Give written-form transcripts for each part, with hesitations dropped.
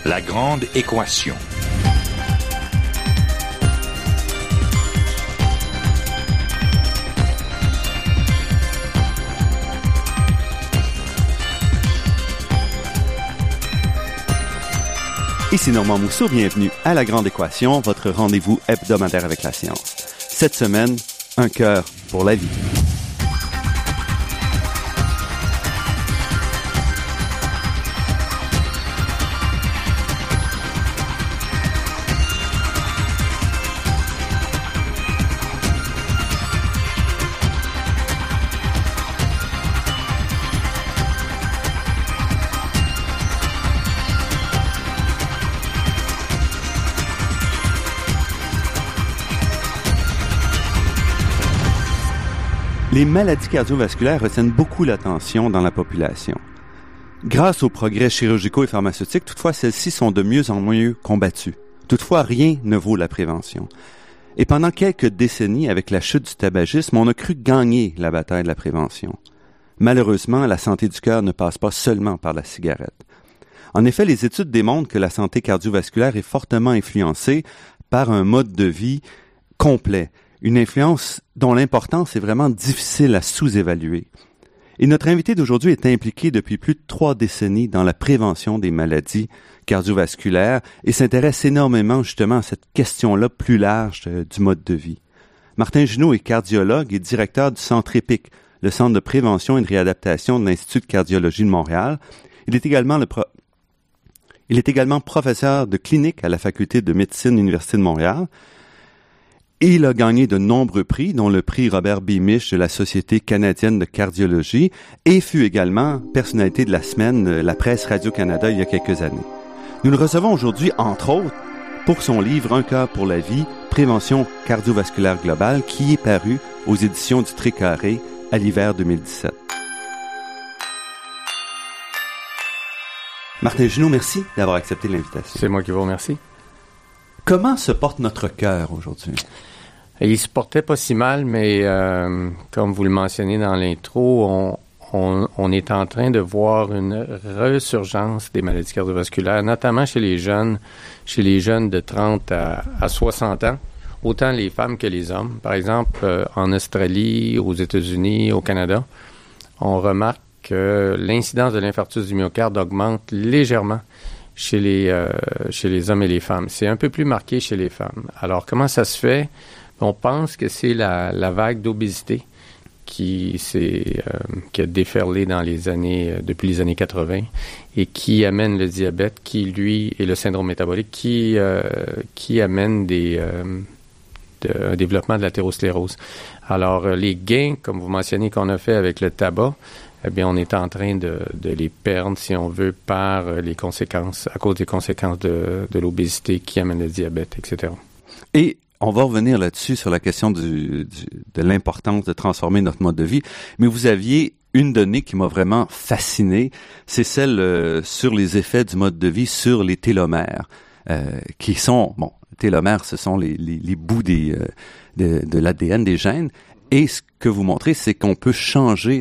La grande équation. Ici Normand Mousseau, bienvenue à La Grande Équation, votre rendez-vous hebdomadaire avec la science. Cette semaine, un cœur pour la vie. Les maladies cardiovasculaires retiennent beaucoup l'attention dans la population. Grâce aux progrès chirurgicaux et pharmaceutiques, toutefois, celles-ci sont de mieux en mieux combattues. Toutefois, rien ne vaut la prévention. Et pendant quelques décennies, avec la chute du tabagisme, on a cru gagner la bataille de la prévention. Malheureusement, la santé du cœur ne passe pas seulement par la cigarette. En effet, les études démontrent que la santé cardiovasculaire est fortement influencée par un mode de vie complet. Une influence dont l'importance est vraiment difficile à sous-évaluer. Et notre invité d'aujourd'hui est impliqué depuis plus de 3 décennies dans la prévention des maladies cardiovasculaires et s'intéresse énormément justement à cette question-là plus large du mode de vie. Martin Junot est cardiologue et directeur du Centre EPIC, le Centre de prévention et de réadaptation de l'Institut de cardiologie de Montréal. Il est également professeur de clinique à la Faculté de médecine de l'Université de Montréal. Et il a gagné de nombreux prix, dont le prix Robert B. Mich de la Société canadienne de cardiologie, et fut également personnalité de la semaine de la presse Radio-Canada il y a quelques années. Nous le recevons aujourd'hui, entre autres, pour son livre « Un cœur pour la vie, prévention cardiovasculaire globale » qui est paru aux éditions du Tricarré à l'hiver 2017. Martin Junot, merci d'avoir accepté l'invitation. C'est moi qui vous remercie. Comment se porte notre cœur aujourd'hui? Il se portait pas si mal, mais comme vous le mentionnez dans l'intro, on est en train de voir une resurgence des maladies cardiovasculaires, notamment chez les jeunes de 30 à 60 ans, autant les femmes que les hommes. Par exemple, en Australie, aux États-Unis, au Canada, on remarque que l'incidence de l'infarctus du myocarde augmente légèrement chez les hommes et les femmes. C'est un peu plus marqué chez les femmes. Alors, comment ça se fait? On pense que c'est la vague d'obésité qui a déferlé depuis les années 80 et qui amène le diabète, et le syndrome métabolique, qui amène un développement de l'athérosclérose. Alors, les gains, comme vous mentionnez, qu'on a fait avec le tabac, eh bien, on est en train de les perdre, si on veut, à cause des conséquences de l'obésité qui amène le diabète, etc. Et on va revenir là-dessus sur la question de l'importance de transformer notre mode de vie. Mais vous aviez une donnée qui m'a vraiment fasciné, c'est celle sur les effets du mode de vie sur les télomères, qui sont, télomères, ce sont les bouts de l'ADN des gènes. Et ce que vous montrez, c'est qu'on peut changer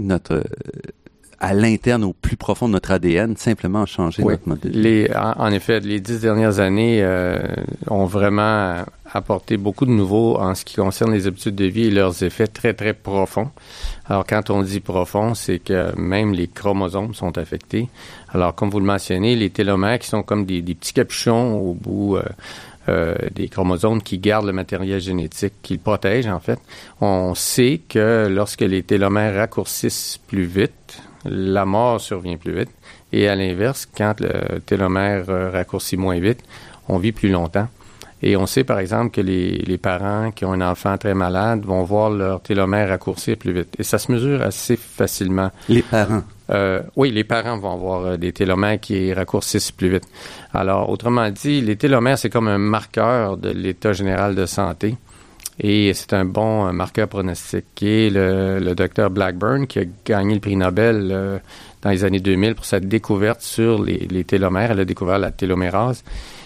à l'interne, au plus profond de notre ADN, simplement changer notre mode de vie. En effet, les 10 dernières années ont vraiment apporté beaucoup de nouveaux en ce qui concerne les habitudes de vie et leurs effets très, très profonds. Alors, quand on dit profond, c'est que même les chromosomes sont affectés. Alors, comme vous le mentionnez, les télomères qui sont comme des petits capuchons au bout des chromosomes qui gardent le matériel génétique, qui le protègent, en fait. On sait que lorsque les télomères raccourcissent plus vite, la mort survient plus vite. Et à l'inverse, quand le télomère raccourcit moins vite, on vit plus longtemps. Et on sait, par exemple, que les parents qui ont un enfant très malade vont voir leur télomère raccourcir plus vite. Et ça se mesure assez facilement. Les parents? Oui, les parents vont avoir des télomères qui raccourcissent plus vite. Alors, autrement dit, les télomères, c'est comme un marqueur de l'état général de santé. Et c'est un bon marqueur pronostique. Et le docteur Blackburn, qui a gagné le prix Nobel dans les années 2000 pour sa découverte sur les télomères, elle a découvert la télomérase,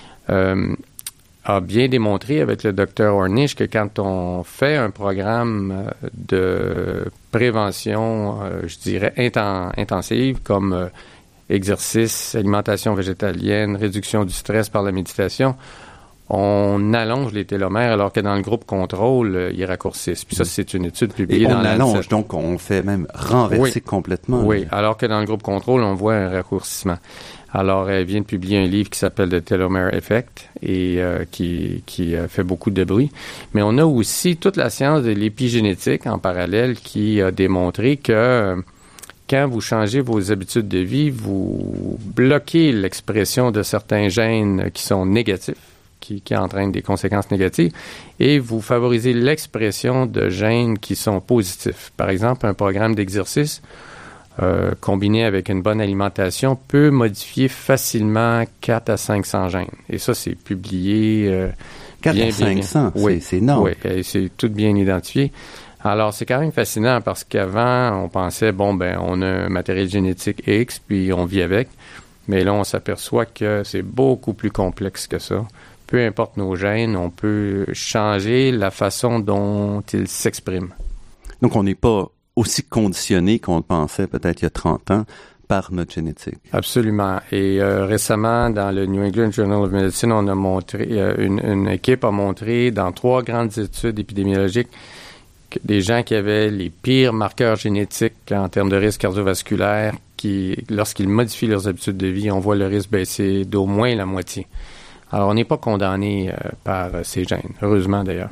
a bien démontré avec le docteur Ornish que quand on fait un programme de prévention, je dirais, intensive, comme exercice, alimentation végétalienne, réduction du stress par la méditation, on allonge les télomères alors que dans le groupe contrôle, ils raccourcissent. Puis ça, c'est une étude publiée dans Lancet. On allonge, donc on fait même renverser complètement. Oui, alors que dans le groupe contrôle, on voit un raccourcissement. Alors, elle vient de publier un livre qui s'appelle The Telomere Effect et qui fait beaucoup de bruit. Mais on a aussi toute la science de l'épigénétique en parallèle qui a démontré que quand vous changez vos habitudes de vie, vous bloquez l'expression de certains gènes qui sont négatifs, qui entraînent des conséquences négatives, et vous favorisez l'expression de gènes qui sont positifs. Par exemple, un programme d'exercice combiné avec une bonne alimentation peut modifier facilement 4 à 500 gènes. Et ça, c'est publié 4 à 500, oui, c'est énorme. Oui, et c'est tout bien identifié. Alors, c'est quand même fascinant parce qu'avant, on pensait, on a un matériel génétique X, puis on vit avec. Mais là, on s'aperçoit que c'est beaucoup plus complexe que ça. Peu importe nos gènes, on peut changer la façon dont ils s'expriment. Donc, on n'est pas aussi conditionné qu'on le pensait peut-être il y a 30 ans par notre génétique. Absolument. Et récemment, dans le New England Journal of Medicine, on a montré, une équipe a montré dans 3 grandes études épidémiologiques que des gens qui avaient les pires marqueurs génétiques en termes de risque cardiovasculaire, lorsqu'ils modifient leurs habitudes de vie, on voit le risque baisser d'au moins la moitié. Alors, on n'est pas condamné par ces gènes, heureusement d'ailleurs.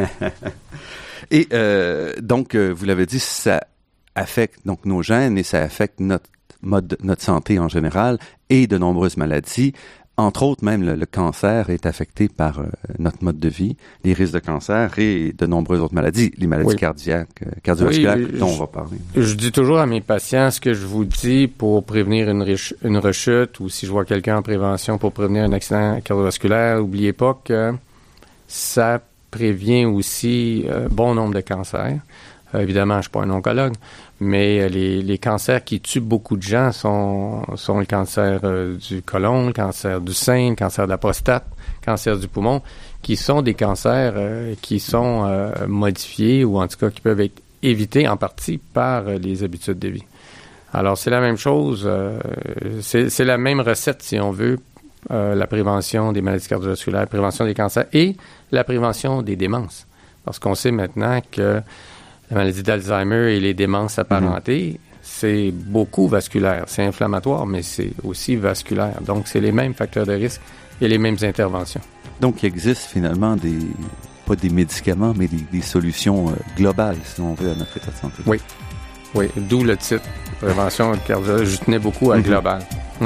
Et donc, vous l'avez dit, ça affecte donc nos gènes et ça affecte notre santé en général et de nombreuses maladies. Entre autres, même le cancer est affecté par notre mode de vie, les risques de cancer et de nombreuses autres maladies, les maladies cardiovasculaires dont on va parler. Je dis toujours à mes patients ce que je vous dis pour prévenir une rechute ou si je vois quelqu'un en prévention pour prévenir un accident cardiovasculaire, n'oubliez pas que ça prévient aussi bon nombre de cancers. Évidemment, je ne suis pas un oncologue, mais les cancers qui tuent beaucoup de gens sont le cancer du côlon, le cancer du sein, le cancer de la prostate, le cancer du poumon, qui sont des cancers qui sont modifiés ou en tout cas qui peuvent être évités en partie par les habitudes de vie. Alors, c'est la même chose, c'est la même recette, si on veut, la prévention des maladies cardiovasculaires, la prévention des cancers et la prévention des démences. Parce qu'on sait maintenant que la maladie d'Alzheimer et les démences apparentées, c'est beaucoup vasculaire. C'est inflammatoire, mais c'est aussi vasculaire. Donc, c'est les mêmes facteurs de risque et les mêmes interventions. Donc, il existe finalement pas des médicaments, mais des solutions globales, si on veut, à notre état de santé. Oui, d'où le titre. Prévention cardiologique. Je tenais beaucoup à global. Oui.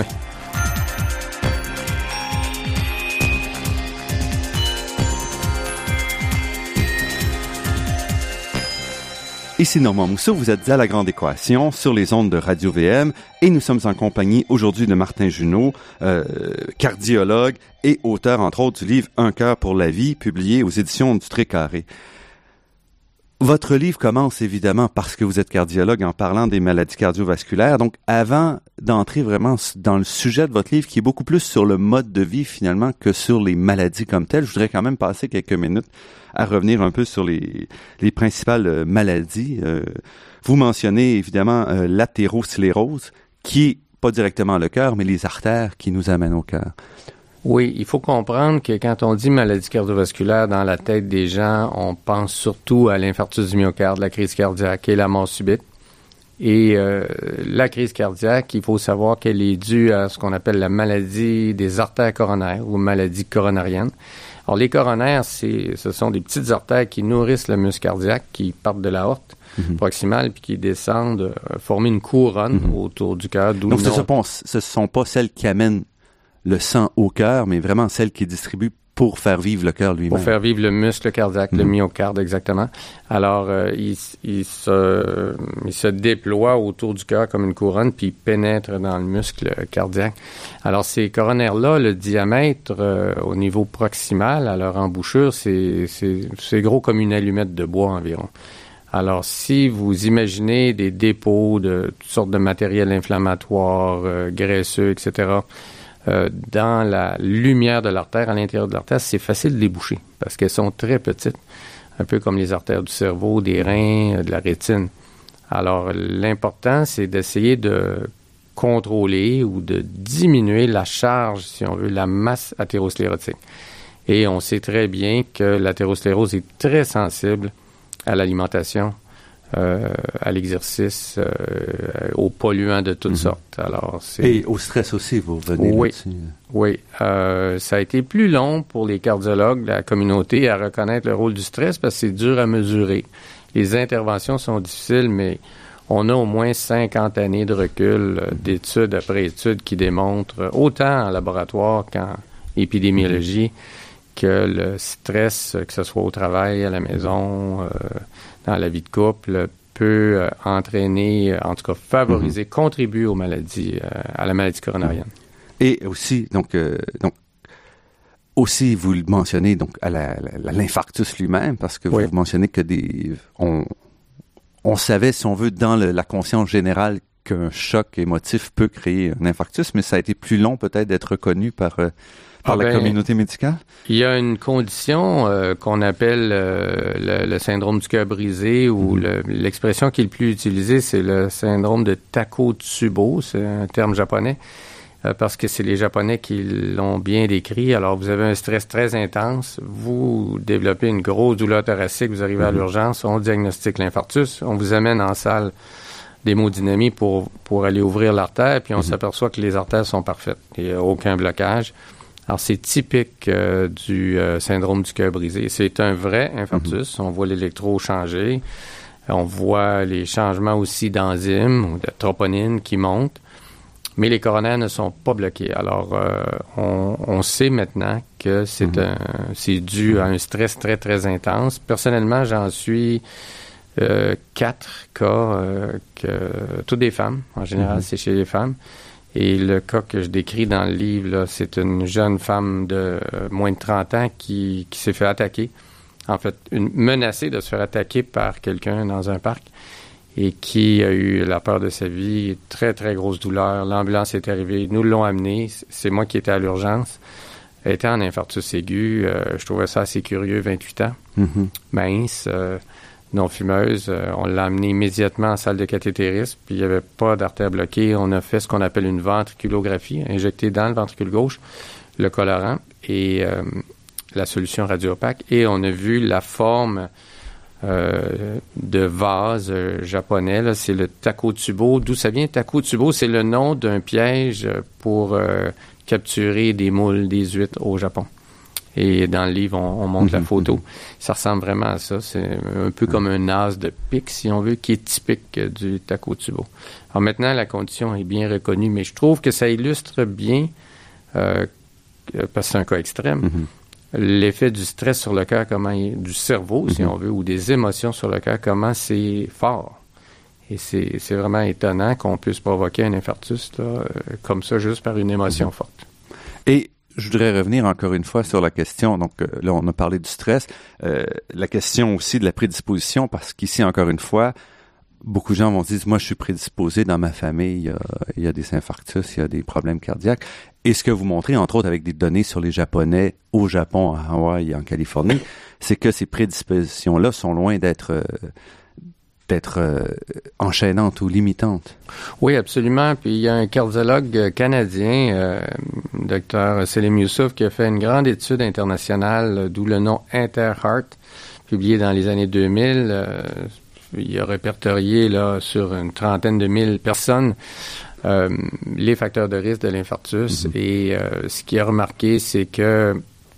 Ici Normand Mousseau, vous êtes à La Grande Équation sur les ondes de Radio-VM et nous sommes en compagnie aujourd'hui de Martin Junot, cardiologue et auteur entre autres du livre « Un cœur pour la vie » publié aux éditions du Tré-Carré. Votre livre commence évidemment parce que vous êtes cardiologue en parlant des maladies cardiovasculaires. Donc avant d'entrer vraiment dans le sujet de votre livre qui est beaucoup plus sur le mode de vie finalement que sur les maladies comme telles, je voudrais quand même passer quelques minutes à revenir un peu sur les principales maladies. Vous mentionnez évidemment l'athérosclérose, qui est pas directement le cœur, mais les artères qui nous amènent au cœur. Oui, il faut comprendre que quand on dit maladie cardiovasculaire dans la tête des gens, on pense surtout à l'infarctus du myocarde, la crise cardiaque et la mort subite. Et la crise cardiaque, il faut savoir qu'elle est due à ce qu'on appelle la maladie des artères coronaires ou maladie coronarienne. Alors, les coronaires, ce sont des petites artères qui nourrissent le muscle cardiaque, qui partent de l'aorte proximale puis qui descendent, former une couronne autour du cœur. Donc, ce ne sont pas celles qui amènent le sang au cœur, mais vraiment celles qui distribuent pour faire vivre le cœur lui-même. Pour faire vivre le muscle cardiaque, le myocarde, exactement. Alors, il se déploie autour du cœur comme une couronne, puis il pénètre dans le muscle cardiaque. Alors, ces coronaires-là, le diamètre au niveau proximal, à leur embouchure, c'est gros comme une allumette de bois environ. Alors, si vous imaginez des dépôts de toutes sortes de matériel inflammatoire, graisseux, etc., dans la lumière de l'artère, à l'intérieur de l'artère, c'est facile de les boucher parce qu'elles sont très petites, un peu comme les artères du cerveau, des reins, de la rétine. Alors, l'important, c'est d'essayer de contrôler ou de diminuer la charge, si on veut, la masse athérosclérotique. Et on sait très bien que l'athérosclérose est très sensible à l'alimentation, à l'exercice, aux polluants de toutes sortes. Alors, et au stress aussi, vous revenez là-dessus. Oui. Ça a été plus long pour les cardiologues de la communauté à reconnaître le rôle du stress parce que c'est dur à mesurer. Les interventions sont difficiles, mais on a au moins 50 années de recul d'études après études qui démontrent, autant en laboratoire qu'en épidémiologie, que le stress, que ce soit au travail, à la maison, dans la vie de couple, peut entraîner, en tout cas favoriser, contribuer aux maladies, à la maladie coronarienne. Et aussi, donc aussi, vous le mentionnez, donc, à l'infarctus lui-même, parce que vous mentionnez que on savait, si on veut, dans la conscience générale qu'un choc émotif peut créer un infarctus, mais ça a été plus long peut-être d'être reconnu par la communauté médicale? Il y a une condition qu'on appelle le syndrome du cœur brisé, ou l'expression qui est le plus utilisée, c'est le syndrome de Takotsubo, c'est un terme japonais, parce que c'est les Japonais qui l'ont bien décrit. Alors, vous avez un stress très intense, vous développez une grosse douleur thoracique, vous arrivez à l'urgence, on diagnostique l'infarctus, on vous amène en salle d'hémodynamie pour aller ouvrir l'artère, puis on s'aperçoit que les artères sont parfaites. Il n'y a aucun blocage. Alors, c'est typique du syndrome du cœur brisé. C'est un vrai infarctus. On voit l'électro changer. On voit les changements aussi d'enzymes ou de troponine qui montent. Mais les coronaires ne sont pas bloqués. Alors, on sait maintenant que c'est dû à un stress très, très intense. Personnellement, j'en suis 4 cas, toutes des femmes. En général, c'est chez les femmes. Et le cas que je décris dans le livre, là, c'est une jeune femme de moins de 30 ans qui s'est fait attaquer. En fait, menacée de se faire attaquer par quelqu'un dans un parc et qui a eu la peur de sa vie, très, très grosse douleur. L'ambulance est arrivée, nous l'ont amenée. C'est moi qui étais à l'urgence. Elle était en infarctus aigu. Je trouvais ça assez curieux, 28 ans. Mince, non-fumeuse. On l'a amenée immédiatement en salle de cathétérisme, puis il n'y avait pas d'artère bloquée. On a fait ce qu'on appelle une ventriculographie, injecté dans le ventricule gauche, le colorant et la solution radio-opaque. Et on a vu la forme de vase japonais, là, c'est le Takotsubo. D'où ça vient? Takotsubo, c'est le nom d'un piège pour capturer des moules, des huîtres au Japon. Et dans le livre, on montre la photo. Ça ressemble vraiment à ça. C'est un peu comme un as de pique, si on veut, qui est typique du Takotsubo. Alors maintenant, la condition est bien reconnue, mais je trouve que ça illustre bien, parce que c'est un cas extrême, l'effet du stress sur le cœur, du cerveau, si on veut, ou des émotions sur le cœur, comment c'est fort. Et c'est vraiment étonnant qu'on puisse provoquer un infarctus là, comme ça, juste par une émotion forte. Et je voudrais revenir encore une fois sur la question, donc là on a parlé du stress, la question aussi de la prédisposition, parce qu'ici encore une fois, beaucoup de gens vont se dire, moi je suis prédisposé dans ma famille, il y a des infarctus, il y a des problèmes cardiaques. Et ce que vous montrez, entre autres avec des données sur les Japonais au Japon, à Hawaï et en Californie, c'est que ces prédispositions-là sont loin d'être enchaînantes ou limitantes. Oui, absolument. Puis il y a un cardiologue canadien, Dr. Selim Youssouf, qui a fait une grande étude internationale, d'où le nom InterHeart, publié dans les années 2000. Il a répertorié là, sur une trentaine de mille personnes les facteurs de risque de l'infarctus. Et ce qu'il a remarqué, c'est que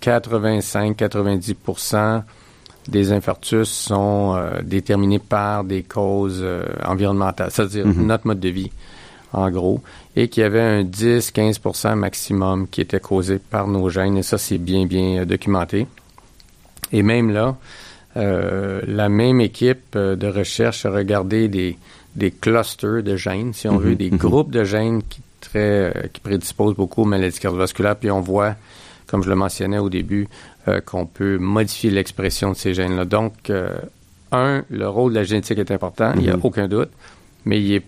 85-90% des infarctus sont déterminés par des causes environnementales, c'est-à-dire notre mode de vie, en gros, et qu'il y avait un 10-15% maximum qui était causé par nos gènes, et ça, c'est bien, bien documenté. Et même là, la même équipe de recherche a regardé des clusters de gènes, si on veut, des groupes de gènes qui prédisposent beaucoup aux maladies cardiovasculaires, puis on voit, comme je le mentionnais au début, qu'on peut modifier l'expression de ces gènes-là. Donc, le rôle de la génétique est important, il n'y a aucun doute, mais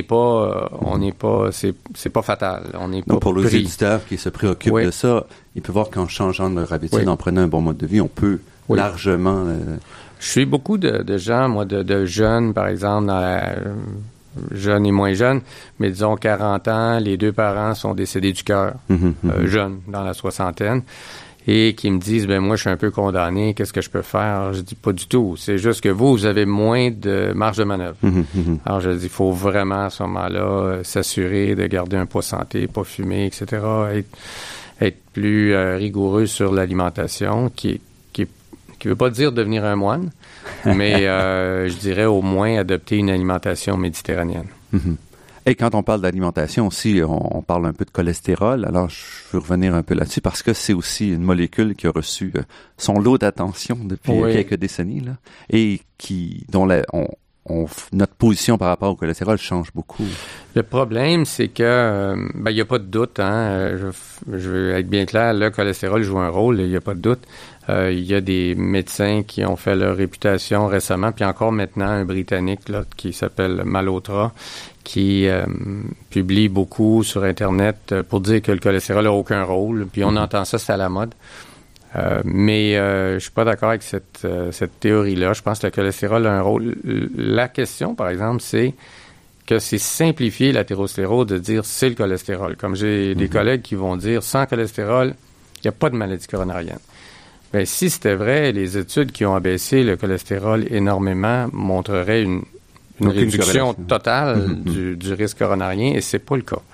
c'est pas fatal. On n'est pas pour les éditeurs qui se préoccupent de ça, ils peuvent voir qu'en changeant leur habitude, en prenant un bon mode de vie, on peut largement... Je suis beaucoup de gens, moi, de jeunes, par exemple, dans jeunes et moins jeunes, mais disons 40 ans, les 2 parents sont décédés du cœur, jeunes, dans la soixantaine, et qui me disent, moi, je suis un peu condamné, qu'est-ce que je peux faire? Alors, je dis, pas du tout. C'est juste que vous avez moins de marge de manœuvre. Alors, je dis, il faut vraiment, à ce moment-là, s'assurer de garder un poids santé, pas fumer, etc., être plus rigoureux sur l'alimentation, qui veut pas dire devenir un moine, mais je dirais au moins adopter une alimentation méditerranéenne. Et quand on parle d'alimentation aussi, on parle un peu de cholestérol. Alors, je veux revenir un peu là-dessus parce que c'est aussi une molécule qui a reçu son lot d'attention depuis quelques décennies, là, et dont notre position par rapport au cholestérol change beaucoup. Le problème, c'est que il n'y a pas de doute. Je veux être bien clair, le cholestérol joue un rôle, il n'y a pas de doute. Il y a des médecins qui ont fait leur réputation récemment, puis encore maintenant un Britannique là, qui s'appelle Malhotra, qui publie beaucoup sur Internet pour dire que le cholestérol n'a aucun rôle. Puis on entend ça, c'est à la mode. Mais je suis pas d'accord avec cette théorie-là. Je pense que le cholestérol a un rôle. La question, par exemple, c'est que c'est simplifier l'athérosclérose de dire c'est le cholestérol. Comme j'ai des collègues qui vont dire sans cholestérol, il n'y a pas de maladie coronarienne. Bien, si c'était vrai, les études qui ont abaissé le cholestérol énormément montreraient une réduction totale du risque coronarien, et c'est pas le cas.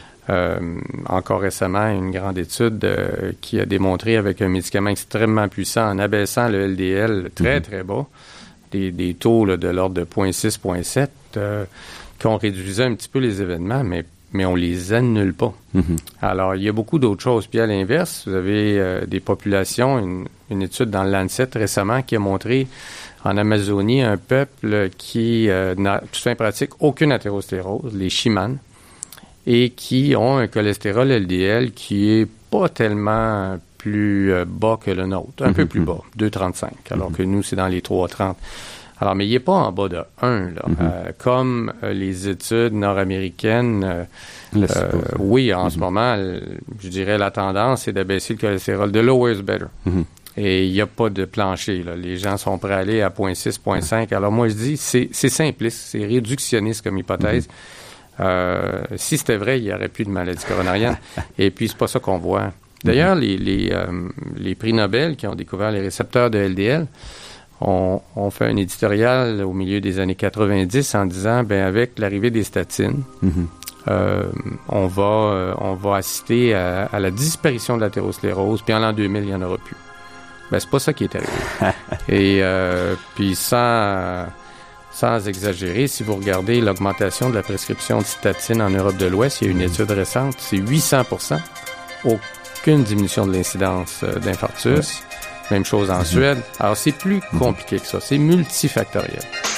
Encore récemment, une grande étude qui a démontré avec un médicament extrêmement puissant, en abaissant le LDL très, très bas, des taux là, de l'ordre de 0,6, 0,7, qu'on réduisait un petit peu les événements, mais on les annule pas. Alors, il y a beaucoup d'autres choses. Puis à l'inverse, vous avez des populations, une étude dans le Lancet récemment qui a montré en Amazonie un peuple qui n'a tout simplement pratique aucune athérosclérose, les Shiman, et qui ont un cholestérol LDL qui est pas tellement plus bas que le nôtre, un peu plus bas, 2,35, alors que nous, c'est dans les 3,30. Alors, mais il n'est pas en bas de 1, là. Comme les études nord-américaines, oui, en ce moment, je dirais la tendance, c'est d'abaisser le cholestérol. The lower is better. Et il n'y a pas de plancher, là. Les gens sont prêts à aller à 0,6, 0,5. Alors, moi, je dis, c'est simpliste, c'est réductionniste comme hypothèse. Si c'était vrai, il n'y aurait plus de maladie coronarienne. Et puis, c'est pas ça qu'on voit. D'ailleurs, les prix Nobel qui ont découvert les récepteurs de LDL ont fait un éditorial au milieu des années 90 en disant, avec l'arrivée des statines, on va assister à la disparition de l'athérosclérose, puis en l'an 2000, il n'y en aura plus. C'est pas ça qui est arrivé. Et puis sans exagérer, si vous regardez l'augmentation de la prescription de statine en Europe de l'Ouest, il y a une étude récente, c'est 800%. Aucune diminution de l'incidence d'infarctus. Même chose en Suède. Alors, c'est plus compliqué que ça. C'est multifactoriel.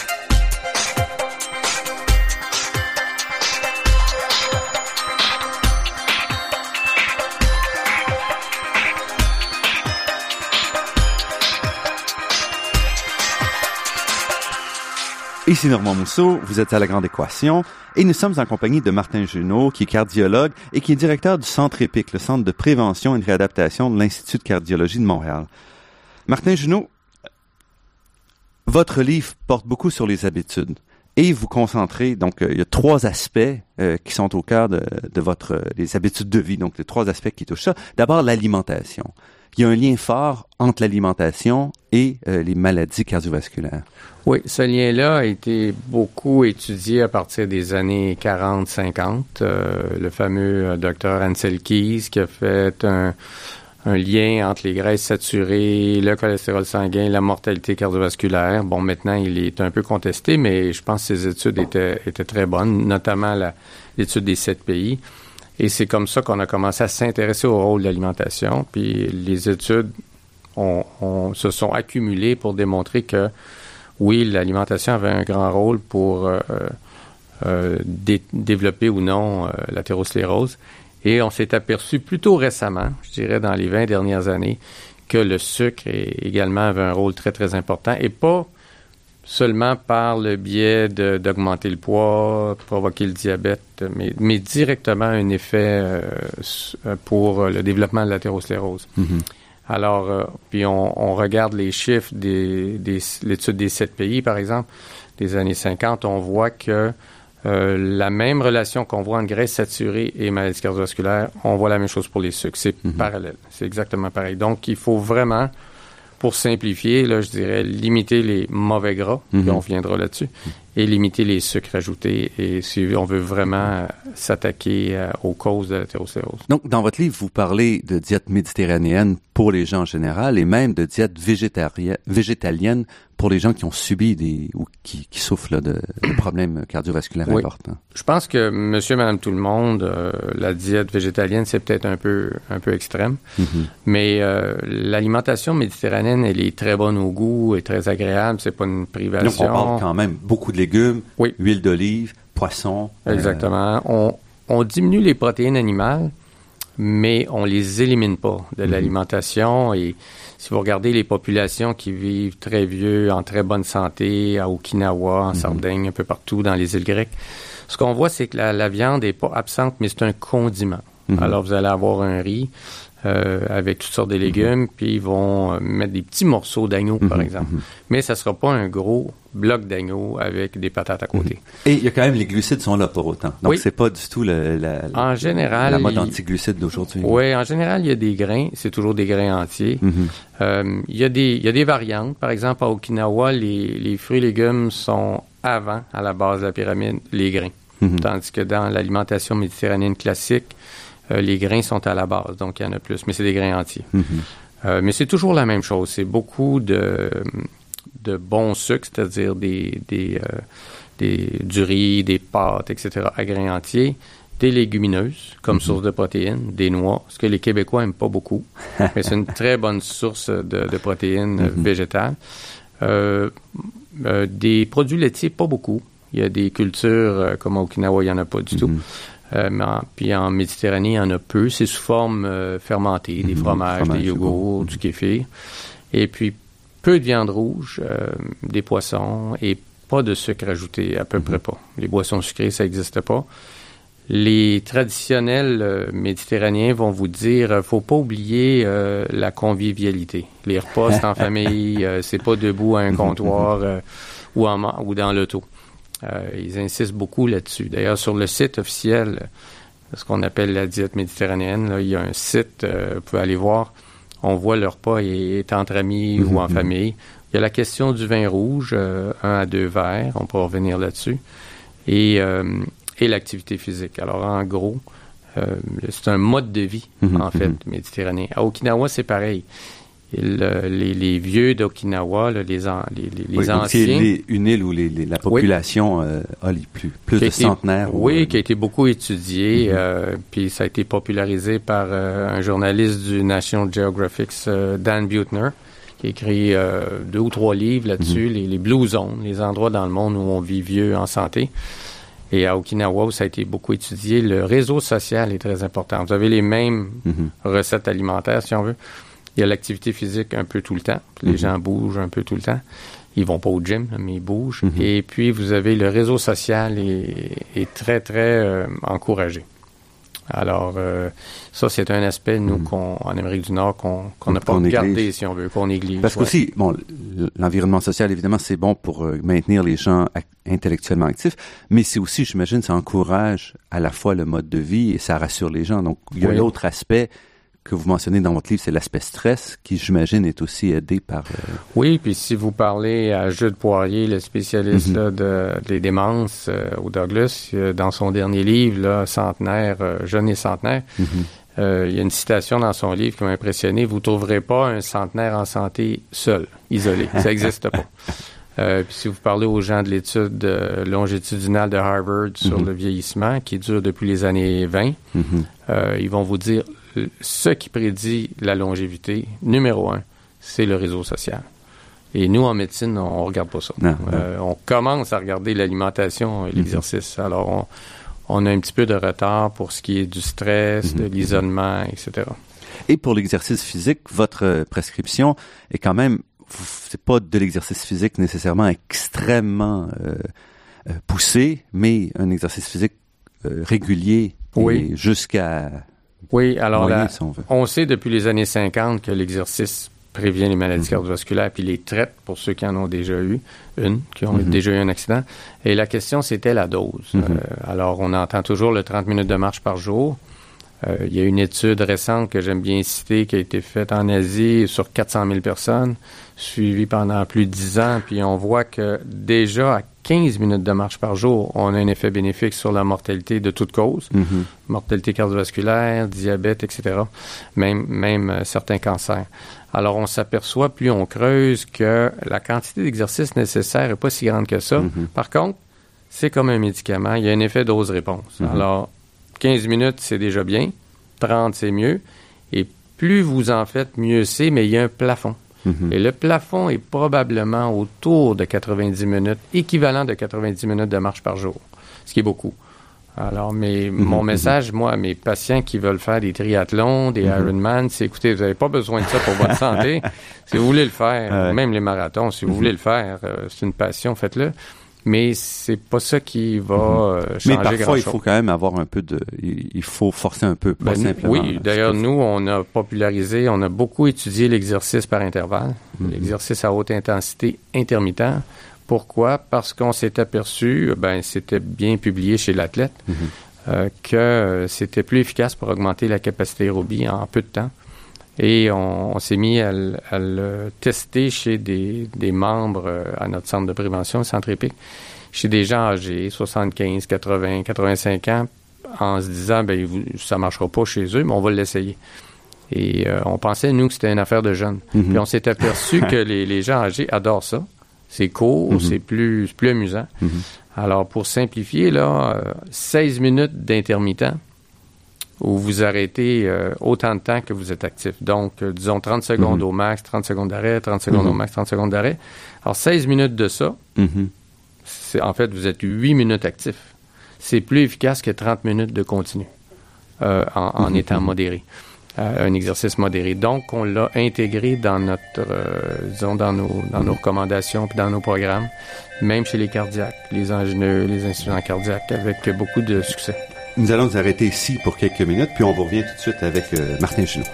Ici Normand Mousseau, vous êtes à La Grande Équation et nous sommes en compagnie de Martin Junot, qui est cardiologue et qui est directeur du Centre EPIC, le Centre de prévention et de réadaptation de l'Institut de cardiologie de Montréal. Martin Junot, votre livre porte beaucoup sur les habitudes et vous concentrez, donc il y a 3 aspects qui sont au cœur de les habitudes de vie, donc les 3 aspects qui touchent ça. D'abord, l'alimentation. Il y a un lien fort entre l'alimentation et les maladies cardiovasculaires. Oui, ce lien-là a été beaucoup étudié à partir des années 40-50. Le fameux docteur Ansel Keys qui a fait un lien entre les graisses saturées, le cholestérol sanguin, la mortalité cardiovasculaire. Bon, maintenant, il est un peu contesté, mais je pense que ses études étaient très bonnes, notamment l'étude des 7 pays. Et c'est comme ça qu'on a commencé à s'intéresser au rôle de l'alimentation. Puis les études se sont accumulées pour démontrer que, oui, l'alimentation avait un grand rôle pour développer ou non l'athérosclérose. Et on s'est aperçu plutôt récemment, je dirais dans les 20 dernières années, que le sucre également avait un rôle très, très important. Et pas seulement par le biais d'augmenter le poids, provoquer le diabète, mais directement un effet pour le développement de l'athérosclérose. Alors, puis on regarde les chiffres l'étude des 7 pays, par exemple, des années 50, on voit que La même relation qu'on voit entre graisse saturée et maladie cardiovasculaire, on voit la même chose pour les sucres. C'est parallèle. C'est exactement pareil. Donc, il faut vraiment, pour simplifier, là, je dirais, limiter les mauvais gras, puis on reviendra là-dessus, et limiter les sucres ajoutés. Et si on veut vraiment s'attaquer aux causes de l'athérosclérose. Donc, dans votre livre, vous parlez de diète méditerranéenne pour les gens en général et même de diète végétalienne pour les gens qui ont subi ou qui souffrent là, de problèmes cardiovasculaires importants. Je pense que monsieur, madame, tout le monde, la diète végétalienne, c'est peut-être un peu extrême. Mais l'alimentation méditerranéenne, elle est très bonne au goût et très agréable. C'est pas une privation. Donc, on parle quand même beaucoup de légumes, huile d'olive, poisson. Exactement. On diminue les protéines animales, mais on les élimine pas de l'alimentation. Et si vous regardez les populations qui vivent très vieux, en très bonne santé, à Okinawa, en Sardaigne, un peu partout dans les îles grecques, ce qu'on voit, c'est que la viande n'est pas absente, mais c'est un condiment. Alors, vous allez avoir un riz avec toutes sortes de légumes, puis ils vont mettre des petits morceaux d'agneau, par exemple. Mais ça ne sera pas un gros bloc d'agneau avec des patates à côté. Et il y a quand même, les glucides sont là pour autant. Donc, c'est pas du tout en général, la mode anti-glucides d'aujourd'hui. Oui, en général, il y a des grains. C'est toujours des grains entiers. Il y a des variantes. Par exemple, à Okinawa, les fruits et légumes sont avant, à la base de la pyramide, les grains. Tandis que dans l'alimentation méditerranéenne classique, les grains sont à la base, donc il y en a plus, mais c'est des grains entiers. Mais c'est toujours la même chose. C'est beaucoup de bons sucres, c'est-à-dire du riz, des pâtes, etc., à grains entiers, des légumineuses comme source de protéines, des noix, ce que les Québécois n'aiment pas beaucoup, mais c'est une très bonne source de protéines végétales. Des produits laitiers, pas beaucoup. Il y a des cultures, comme à Okinawa, il n'y en a pas du tout. Puis en Méditerranée, il y en a peu. C'est sous forme fermentée, des fromages, des yogourts, du kéfir. Et puis, peu de viande rouge, des poissons et pas de sucre ajouté, à peu près pas. Les boissons sucrées, ça n'existe pas. Les traditionnels méditerranéens vont vous dire, faut pas oublier la convivialité. Les repas, c'est en famille, c'est pas debout à un comptoir ou dans l'auto. Ils insistent beaucoup là-dessus. D'ailleurs, sur le site officiel, ce qu'on appelle la diète méditerranéenne, là, il y a un site, vous pouvez aller voir, on voit le repas est entre amis ou en famille. Il y a la question du vin rouge, 1 à 2 verres, on pourra revenir là-dessus, et l'activité physique. Alors, en gros, c'est un mode de vie, en fait, méditerranéen. À Okinawa, c'est pareil. Les vieux d'Okinawa, là, les anciens... C'est une île où la population a plus de centenaires. Qui a été beaucoup étudiée, puis ça a été popularisé par un journaliste du National Geographic, Dan Buettner, qui a écrit 2 ou 3 livres là-dessus, les Blue Zones, les endroits dans le monde où on vit vieux en santé. Et à Okinawa, où ça a été beaucoup étudié, le réseau social est très important. Vous avez les mêmes recettes alimentaires, si on veut. Il y a l'activité physique un peu tout le temps. Les gens bougent un peu tout le temps. Ils vont pas au gym, mais ils bougent. Et puis, vous avez le réseau social est très, très encouragé. Alors, ça, c'est un aspect, nous, en Amérique du Nord, qu'on n'a pas regardé, si on veut, qu'on néglige. Parce qu'aussi, l'environnement social, évidemment, c'est bon pour maintenir les gens intellectuellement actifs, mais c'est aussi, j'imagine, ça encourage à la fois le mode de vie et ça rassure les gens. Donc, il y a l'autre aspect que vous mentionnez dans votre livre, c'est l'aspect stress, qui, j'imagine, est aussi aidé par... Oui, puis si vous parlez à Jude Poirier, le spécialiste là, des démences au Douglas, dans son dernier livre, là, Centenaire, Jeune et centenaire, il y a une citation dans son livre qui m'a impressionné. Vous ne trouverez pas un centenaire en santé seul, isolé. Ça n'existe pas. Puis si vous parlez aux gens de l'étude longitudinale de Harvard sur le vieillissement, qui dure depuis les années 20, ils vont vous dire... Ce qui prédit la longévité, numéro 1, c'est le réseau social. Et nous, en médecine, on regarde pas ça. Non. On commence à regarder l'alimentation et l'exercice. Alors, on a un petit peu de retard pour ce qui est du stress, de l'isolement, etc. Et pour l'exercice physique, votre prescription est quand même, c'est pas de l'exercice physique nécessairement extrêmement poussé, mais un exercice physique régulier jusqu'à... Oui, alors on sait depuis les années 50 que l'exercice prévient les maladies cardiovasculaires, puis les traite pour ceux qui en ont déjà eu qui ont déjà eu un accident. Et la question, c'était la dose. Alors, on entend toujours le 30 minutes de marche par jour. Il y a une étude récente que j'aime bien citer qui a été faite en Asie sur 400 000 personnes, suivie pendant plus de 10 ans, puis on voit que déjà à 15 minutes de marche par jour, on a un effet bénéfique sur la mortalité de toute cause, mortalité cardiovasculaire, diabète, etc., même certains cancers. Alors, on s'aperçoit, plus on creuse, que la quantité d'exercice nécessaire n'est pas si grande que ça. Par contre, c'est comme un médicament, il y a un effet dose-réponse. Alors, 15 minutes, c'est déjà bien. 30, c'est mieux. Et plus vous en faites, mieux c'est, mais il y a un plafond. Et le plafond est probablement autour de 90 minutes, équivalent de 90 minutes de marche par jour, ce qui est beaucoup. Alors, mon message, moi, à mes patients qui veulent faire des triathlons, des Ironman, c'est, écoutez, vous n'avez pas besoin de ça pour votre santé. Si vous voulez le faire, même les marathons, si vous voulez le faire, c'est une passion, faites-le. Mais c'est pas ça qui va changer grand-chose. Mais parfois, il faut quand même avoir un peu de... Il faut forcer un peu, pas simplement. Oui, d'ailleurs, nous, on a popularisé, on a beaucoup étudié l'exercice par intervalle, l'exercice à haute intensité intermittent. Pourquoi? Parce qu'on s'est aperçu, c'était bien publié chez l'athlète, que c'était plus efficace pour augmenter la capacité aérobie en peu de temps. Et on s'est mis à le tester chez des membres à notre centre de prévention, le centre EPIC, chez des gens âgés, 75, 80, 85 ans, en se disant, ça marchera pas chez eux, mais on va l'essayer. Et on pensait, nous, que c'était une affaire de jeunes. Puis on s'est aperçu que les gens âgés adorent ça. C'est court, c'est plus amusant. Alors, pour simplifier, 16 minutes d'intermittent, où vous arrêtez autant de temps que vous êtes actif. Donc, disons 30 secondes au max, 30 secondes d'arrêt, 30 secondes au max, 30 secondes d'arrêt. Alors, 16 minutes de ça, en fait, vous êtes 8 minutes actif. C'est plus efficace que 30 minutes de continu en étant modéré. Un exercice modéré. Donc, on l'a intégré dans notre, dans nos recommandations puis dans nos programmes, même chez les cardiaques, les angинeux, les insuffisants cardiaques, avec beaucoup de succès. Nous allons nous arrêter ici pour quelques minutes, puis on vous revient tout de suite avec Martin Junot.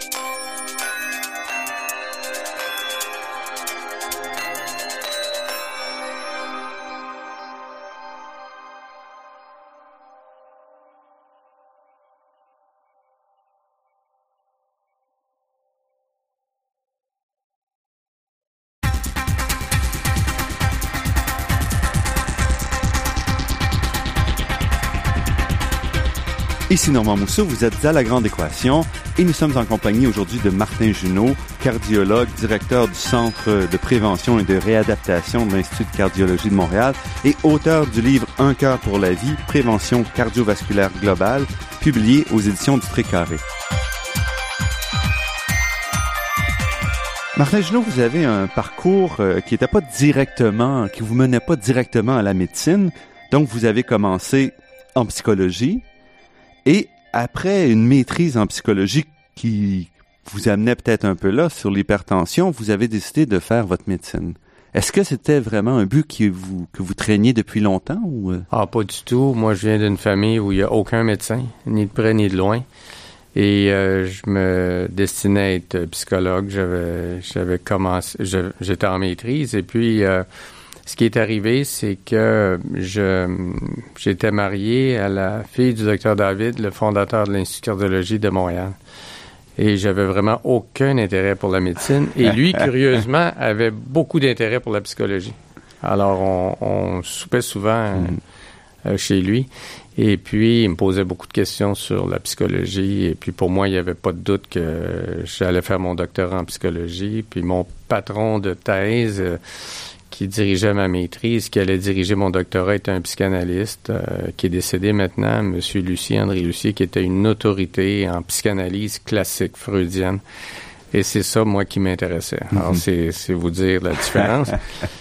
Ici Normand Mousseau, vous êtes à La Grande Équation et nous sommes en compagnie aujourd'hui de Martin Junot, cardiologue, directeur du Centre de prévention et de réadaptation de l'Institut de cardiologie de Montréal et auteur du livre Un cœur pour la vie, prévention cardiovasculaire globale, publié aux éditions du Précaré. Martin Junot, vous avez un parcours qui vous menait pas directement à la médecine. Donc, vous avez commencé en psychologie. Et après une maîtrise en psychologie qui vous amenait peut-être un peu là sur l'hypertension, vous avez décidé de faire votre médecine. Est-ce que c'était vraiment un but que vous traîniez depuis longtemps ou Ah, pas du tout. Moi, je viens d'une famille où il n'y a aucun médecin, ni de près ni de loin. Et je me destinais à être psychologue. J'avais commencé, j'étais en maîtrise et puis ce qui est arrivé, c'est que j'étais marié à la fille du docteur David, le fondateur de l'Institut de cardiologie de Montréal. Et j'avais vraiment aucun intérêt pour la médecine. Et lui, curieusement, avait beaucoup d'intérêt pour la psychologie. Alors, on soupait souvent chez lui. Et puis, il me posait beaucoup de questions sur la psychologie. Et puis, pour moi, il n'y avait pas de doute que j'allais faire mon doctorat en psychologie. Puis, mon patron de thèse... qui dirigeait ma maîtrise, qui allait diriger mon doctorat, était un psychanalyste qui est décédé maintenant, M. Lucier, André Lucier, qui était une autorité en psychanalyse classique freudienne. Et c'est ça, moi, qui m'intéressait. Alors, c'est vous dire la différence.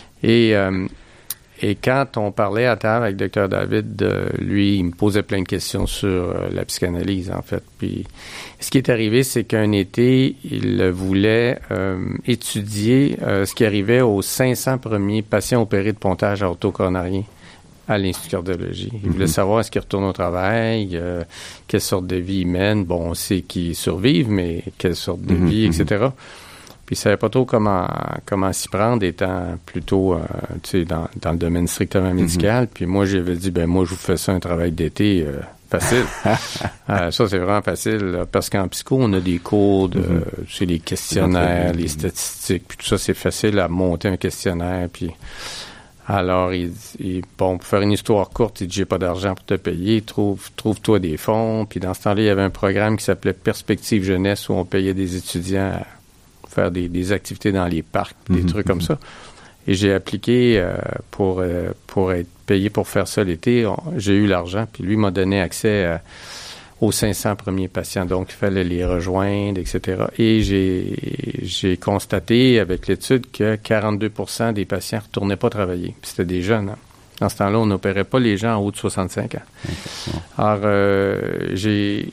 Et quand on parlait à table avec le Dr David, lui, il me posait plein de questions sur la psychanalyse, en fait. Puis, ce qui est arrivé, c'est qu'un été, il voulait étudier ce qui arrivait aux 500 premiers patients opérés de pontage aorto-coronarien à l'Institut de cardiologie. Il voulait savoir est-ce qu'ils retournent au travail, quelle sorte de vie ils mènent. Bon, on sait qu'ils survivent, mais quelle sorte de vie, etc. Puis, il savait pas trop comment s'y prendre, étant plutôt, dans le domaine strictement médical. Puis, moi, j'avais dit, moi, je vous fais ça un travail d'été facile. Ça, c'est vraiment facile, là, parce qu'en psycho, on a des cours de, les questionnaires, les statistiques, puis tout ça, c'est facile à monter un questionnaire, puis... Alors, pour faire une histoire courte, il dit, j'ai pas d'argent pour te payer, trouve-toi des fonds. Puis dans ce temps-là, il y avait un programme qui s'appelait Perspective Jeunesse où on payait des étudiants à faire des activités dans les parcs, des trucs comme ça. Et j'ai appliqué pour être payé pour faire ça l'été. J'ai eu l'argent, puis lui m'a donné accès aux 500 premiers patients. Donc, il fallait les rejoindre, etc. Et j'ai constaté avec l'étude que 42% des patients ne retournaient pas travailler. Puis c'était des jeunes. Hein. Dans ce temps-là, on n'opérait pas les gens en haut de 65 ans. Alors, j'ai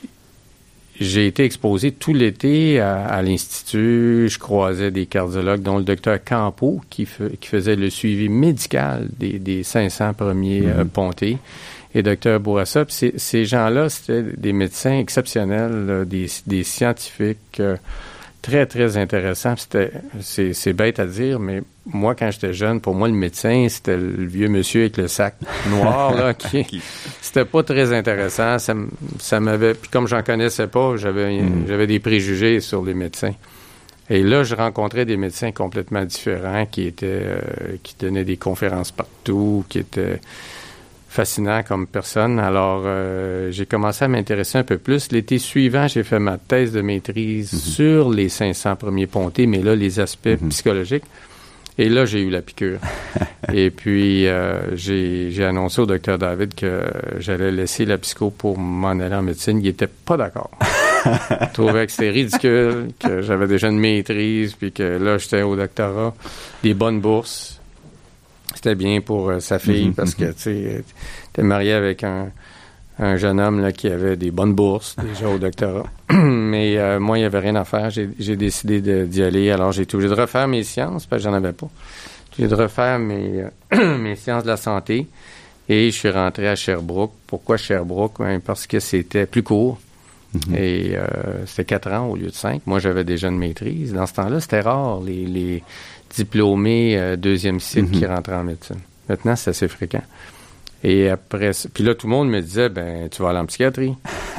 été exposé tout l'été à l'Institut. Je croisais des cardiologues, dont le docteur Campo, qui faisait le suivi médical des 500 premiers pontés. Et Dr. Bourassa, puis ces gens-là, c'était des médecins exceptionnels, des scientifiques très, très intéressants. C'est bête à dire, mais moi, quand j'étais jeune, pour moi, le médecin, c'était le vieux monsieur avec le sac noir, là, c'était pas très intéressant. Ça m'avait... Puis comme j'en connaissais pas, j'avais des préjugés sur les médecins. Et là, je rencontrais des médecins complètement différents qui donnaient des conférences partout, qui étaient... fascinant comme personne. Alors, j'ai commencé à m'intéresser un peu plus. L'été suivant, j'ai fait ma thèse de maîtrise sur les 500 premiers pontés, mais là, les aspects psychologiques. Et là, j'ai eu la piqûre. Et puis, j'ai annoncé au docteur David que j'allais laisser la psycho pour m'en aller en médecine. Il n'était pas d'accord. Il trouvait que c'était ridicule, que j'avais déjà une maîtrise, puis que là, j'étais au doctorat, des bonnes bourses. C'était bien pour sa fille parce que, tu sais, t'es marié avec un jeune homme là, qui avait des bonnes bourses déjà au doctorat. Mais moi, il n'y avait rien à faire. J'ai décidé d'y aller. Alors, j'ai été obligé de refaire mes sciences parce que j'en avais pas. J'ai obligé de refaire mes sciences de la santé et je suis rentré à Sherbrooke. Pourquoi Sherbrooke? Ben, parce que c'était plus court. Et c'était 4 ans au lieu de 5. Moi, j'avais déjà une maîtrise. Dans ce temps-là, c'était rare, les diplômés deuxième cycle qui rentraient en médecine. Maintenant, c'est assez fréquent. Et après, puis là, tout le monde me disait, tu vas aller en psychiatrie.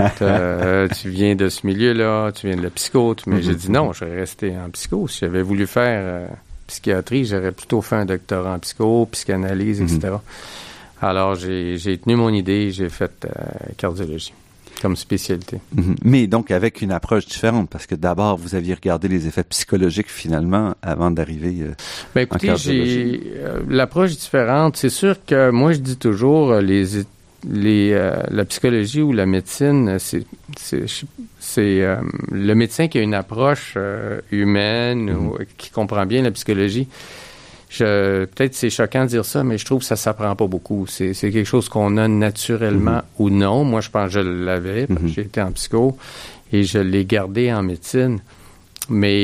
Tu viens de ce milieu-là, tu viens de la psycho. Mais j'ai dit non, je serais resté en psycho. Si j'avais voulu faire psychiatrie, j'aurais plutôt fait un doctorat en psycho, psychanalyse, etc. Alors, j'ai tenu mon idée, j'ai fait cardiologie comme spécialité. Mais donc avec une approche différente, parce que d'abord, vous aviez regardé les effets psychologiques finalement avant d'arriver écoutez, en cardiologie. L'approche différente. C'est sûr que moi, je dis toujours, la psychologie ou la médecine, c'est le médecin qui a une approche humaine ou qui comprend bien la psychologie. Peut-être c'est choquant de dire ça, mais je trouve que ça s'apprend pas beaucoup. C'est quelque chose qu'on a naturellement ou non. Moi, je pense que je l'avais, parce que j'ai été en psycho et je l'ai gardé en médecine. Mais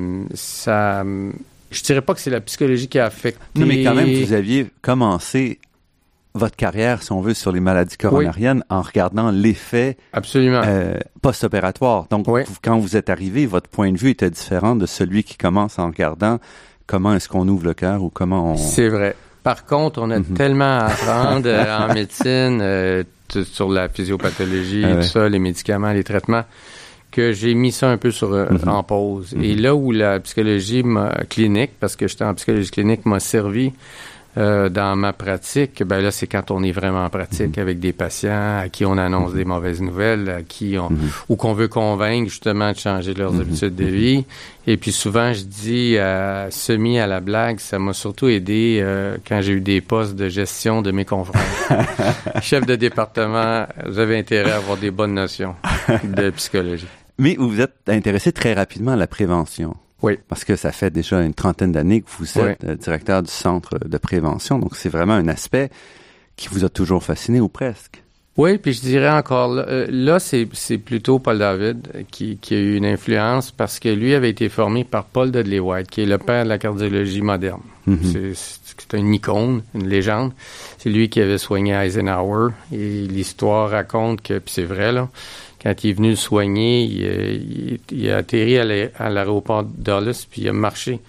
je dirais pas que c'est la psychologie qui a affecté... Non, mais quand même, vous aviez commencé votre carrière, si on veut, sur les maladies coronariennes en regardant l'effet post-opératoire. Donc, quand vous êtes arrivé, votre point de vue était différent de celui qui commence en regardant comment est-ce qu'on ouvre le cœur ou comment on... C'est vrai. Par contre, on a tellement à apprendre en médecine sur la physiopathologie, tout ça, les médicaments, les traitements, que j'ai mis ça un peu en pause. Et là où la psychologie clinique, parce que j'étais en psychologie clinique, m'a servi dans ma pratique, là, c'est quand on est vraiment en pratique avec des patients à qui on annonce des mauvaises nouvelles, à qui ou qu'on veut convaincre justement de changer leurs habitudes de vie. Et puis souvent, je dis semi à la blague, ça m'a surtout aidé quand j'ai eu des postes de gestion de mes confrères. Chef de département, j'avais intérêt à avoir des bonnes notions de psychologie. Mais vous vous êtes intéressé très rapidement à la prévention. Oui. Parce que ça fait déjà une trentaine d'années que vous êtes directeur du centre de prévention. Donc, c'est vraiment un aspect qui vous a toujours fasciné ou presque. Oui, puis je dirais encore, là c'est plutôt Paul David qui a eu une influence parce que lui avait été formé par Paul Dudley White, qui est le père de la cardiologie moderne. C'est une icône, une légende. C'est lui qui avait soigné Eisenhower et l'histoire raconte que, puis c'est vrai là, quand il est venu le soigner, il a atterri à l'aéroport de Dulles, puis il a marché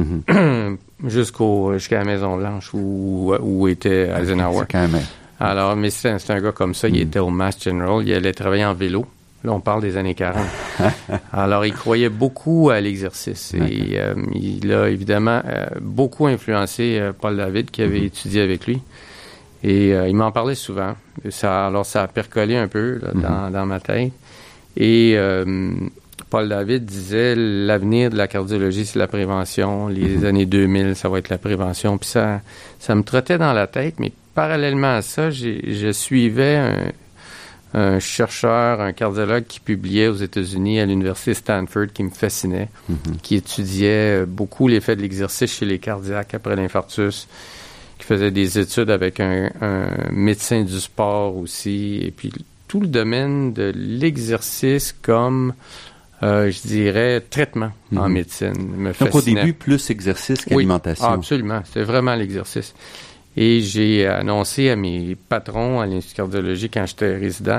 jusqu'à la Maison-Blanche où était Eisenhower. C'est quand même... Alors, mais c'est un gars comme ça, il était au Mass General, il allait travailler en vélo. Là, on parle des années 40. Alors, il croyait beaucoup à l'exercice. Et il a évidemment beaucoup influencé Paul David, qui avait étudié avec lui. Et il m'en parlait souvent. Alors, ça a percolé un peu là, dans ma tête. Et Paul David disait, l'avenir de la cardiologie, c'est la prévention. Les années 2000, ça va être la prévention. Puis ça me trottait dans la tête, mais parallèlement à ça, je suivais un chercheur, un cardiologue qui publiait aux États-Unis à l'université Stanford, qui me fascinait, qui étudiait beaucoup l'effet de l'exercice chez les cardiaques après l'infarctus, qui faisait des études avec un médecin du sport aussi, et puis tout le domaine de l'exercice comme, je dirais, traitement en médecine me fascinait. Donc au début, plus exercice qu'alimentation. Oui, absolument. C'était vraiment l'exercice. Et j'ai annoncé à mes patrons à l'Institut de cardiologie quand j'étais résident,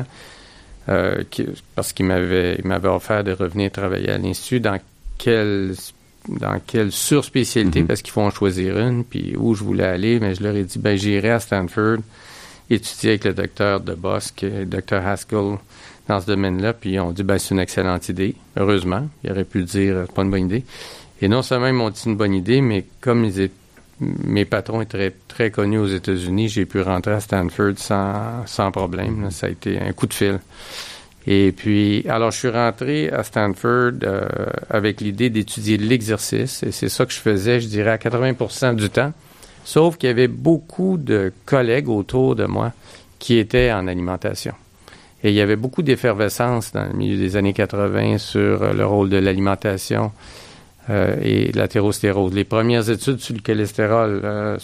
parce qu'ils m'avaient offert de revenir travailler à l'Institut, dans quelle surspécialité, parce qu'il faut en choisir une, puis où je voulais aller, mais je leur ai dit, j'irai à Stanford, étudier avec le docteur DeBosque, le docteur Haskell, dans ce domaine-là, puis ils ont dit, c'est une excellente idée. Heureusement, ils auraient pu dire, c'est pas une bonne idée. Et non seulement ils m'ont dit une bonne idée, mais comme mes patrons étaient très connus aux États-Unis, j'ai pu rentrer à Stanford sans problème. Là. Ça a été un coup de fil. Et puis, alors je suis rentré à Stanford avec l'idée d'étudier l'exercice. Et c'est ça que je faisais, je dirais, à 80% du temps. Sauf qu'il y avait beaucoup de collègues autour de moi qui étaient en alimentation. Et il y avait beaucoup d'effervescence dans le milieu des années 80 sur le rôle de l'alimentation et l'athérosclérose. Les premières études sur le cholestérol,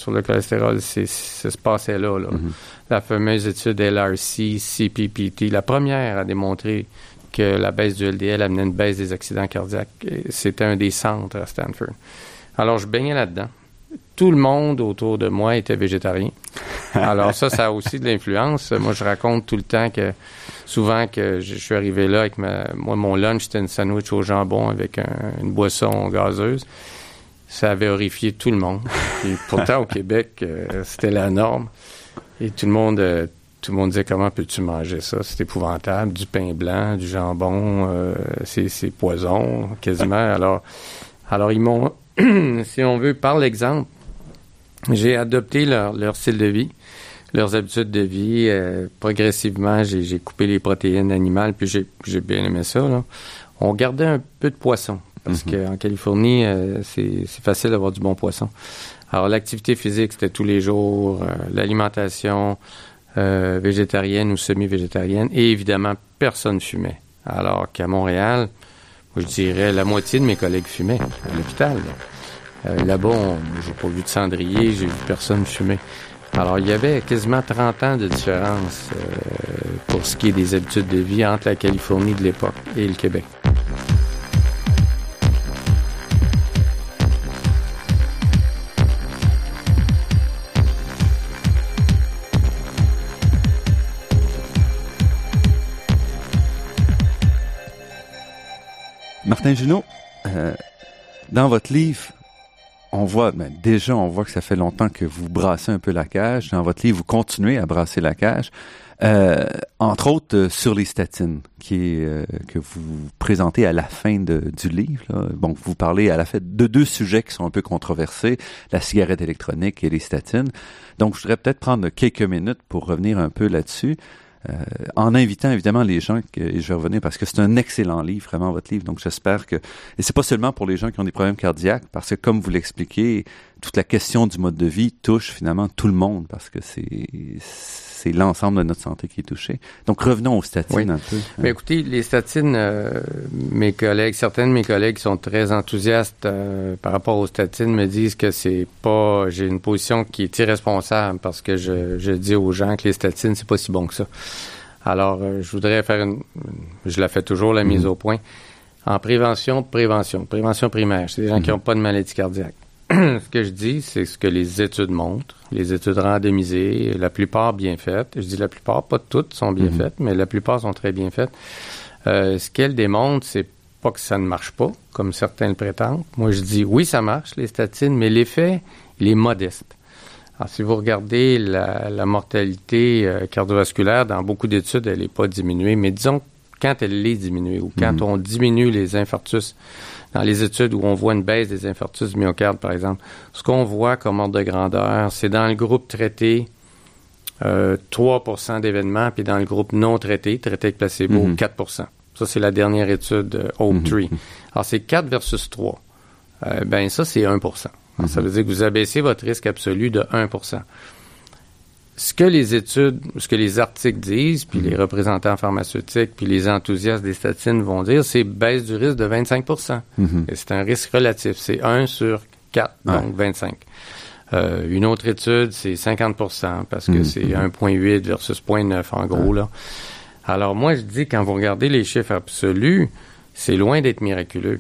ça se passait là. La fameuse étude LRC, CPPT, la première a démontré que la baisse du LDL amenait une baisse des accidents cardiaques. C'était un des centres à Stanford. Alors, je baignais là-dedans. Tout le monde autour de moi était végétarien. Alors ça a aussi de l'influence. Moi, je raconte tout le temps que souvent que je suis arrivé là avec mon lunch, c'était une sandwich au jambon avec une boisson gazeuse. Ça avait horrifié tout le monde. Et pourtant, au Québec, c'était la norme. Et tout le monde disait, comment peux-tu manger ça? C'est épouvantable. Du pain blanc, du jambon, c'est poison, quasiment. Alors ils m'ont, si on veut, par l'exemple, j'ai adopté leur style de vie, leurs habitudes de vie. Progressivement, j'ai coupé les protéines animales, puis j'ai bien aimé ça. Là. On gardait un peu de poisson, parce qu'en Californie, c'est facile d'avoir du bon poisson. Alors, l'activité physique, c'était tous les jours, l'alimentation végétarienne ou semi-végétarienne, et évidemment, personne fumait. Alors qu'à Montréal, moi, je dirais la moitié de mes collègues fumaient à l'hôpital. Là-bas, j'ai pas vu de cendrier, j'ai vu personne fumer. Alors, il y avait quasiment 30 ans de différence pour ce qui est des habitudes de vie entre la Californie de l'époque et le Québec. Martin Junot, dans votre livre, on voit que ça fait longtemps que vous brassez un peu la cage. Dans votre livre, vous continuez à brasser la cage, entre autres sur les statines, que vous présentez à la fin du livre. Là. Bon, vous parlez à la fin de deux sujets qui sont un peu controversés, la cigarette électronique et les statines. Donc, je voudrais peut-être prendre quelques minutes pour revenir un peu là-dessus. En invitant évidemment les gens, et je vais revenir parce que c'est un excellent livre, vraiment votre livre, donc j'espère que, et c'est pas seulement pour les gens qui ont des problèmes cardiaques, parce que comme vous l'expliquez, toute la question du mode de vie touche finalement tout le monde, parce que c'est l'ensemble de notre santé qui est touché. Donc revenons aux statines un peu. Mais écoutez, les statines, certains de mes collègues sont très enthousiastes par rapport aux statines, me disent que j'ai une position qui est irresponsable parce que je dis aux gens que les statines, c'est pas si bon que ça. Alors, je voudrais faire je la fais toujours, la mise au point. En prévention primaire, c'est des gens qui n'ont pas de maladie cardiaque. Ce que je dis, c'est ce que les études montrent, les études randomisées, la plupart bien faites. Je dis la plupart, pas toutes sont bien faites, mais la plupart sont très bien faites. Ce qu'elle démontre, c'est pas que ça ne marche pas, comme certains le prétendent. Moi, je dis oui, ça marche, les statines, mais l'effet, il est modeste. Alors, si vous regardez la mortalité cardiovasculaire, dans beaucoup d'études, elle n'est pas diminuée, mais disons quand elle est diminuée ou quand on diminue les infarctus, dans les études où on voit une baisse des infarctus du myocarde, par exemple, ce qu'on voit comme ordre de grandeur, c'est dans le groupe traité, 3% d'événements, puis dans le groupe non traité, traité avec placebo, 4%. Ça, c'est la dernière étude HOPE-3. Alors, c'est 4 versus 3. Ça, c'est 1%. Alors, ça veut dire que vous abaissez votre risque absolu de 1%. Ce que les articles disent, puis les représentants pharmaceutiques, puis les enthousiastes des statines vont dire, c'est baisse du risque de 25%. Et c'est un risque relatif. C'est 1 sur 4, donc 25. Une autre étude, c'est 50%, parce que c'est 1,8 versus 0,9, en gros, là. Alors, moi, je dis, quand vous regardez les chiffres absolus, c'est loin d'être miraculeux.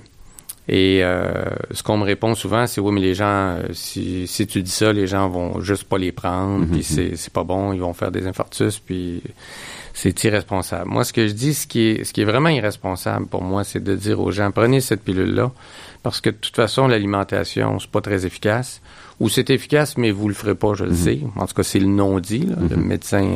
Et ce qu'on me répond souvent, c'est « Oui, mais les gens, si tu dis ça, les gens vont juste pas les prendre, puis c'est pas bon, ils vont faire des infarctus, puis c'est irresponsable. » Moi, ce que je dis, ce qui est vraiment irresponsable pour moi, c'est de dire aux gens « Prenez cette pilule-là, parce que de toute façon, l'alimentation, c'est pas très efficace. Ou c'est efficace, mais vous le ferez pas, je le sais. En tout cas, c'est le non-dit, là. Le médecin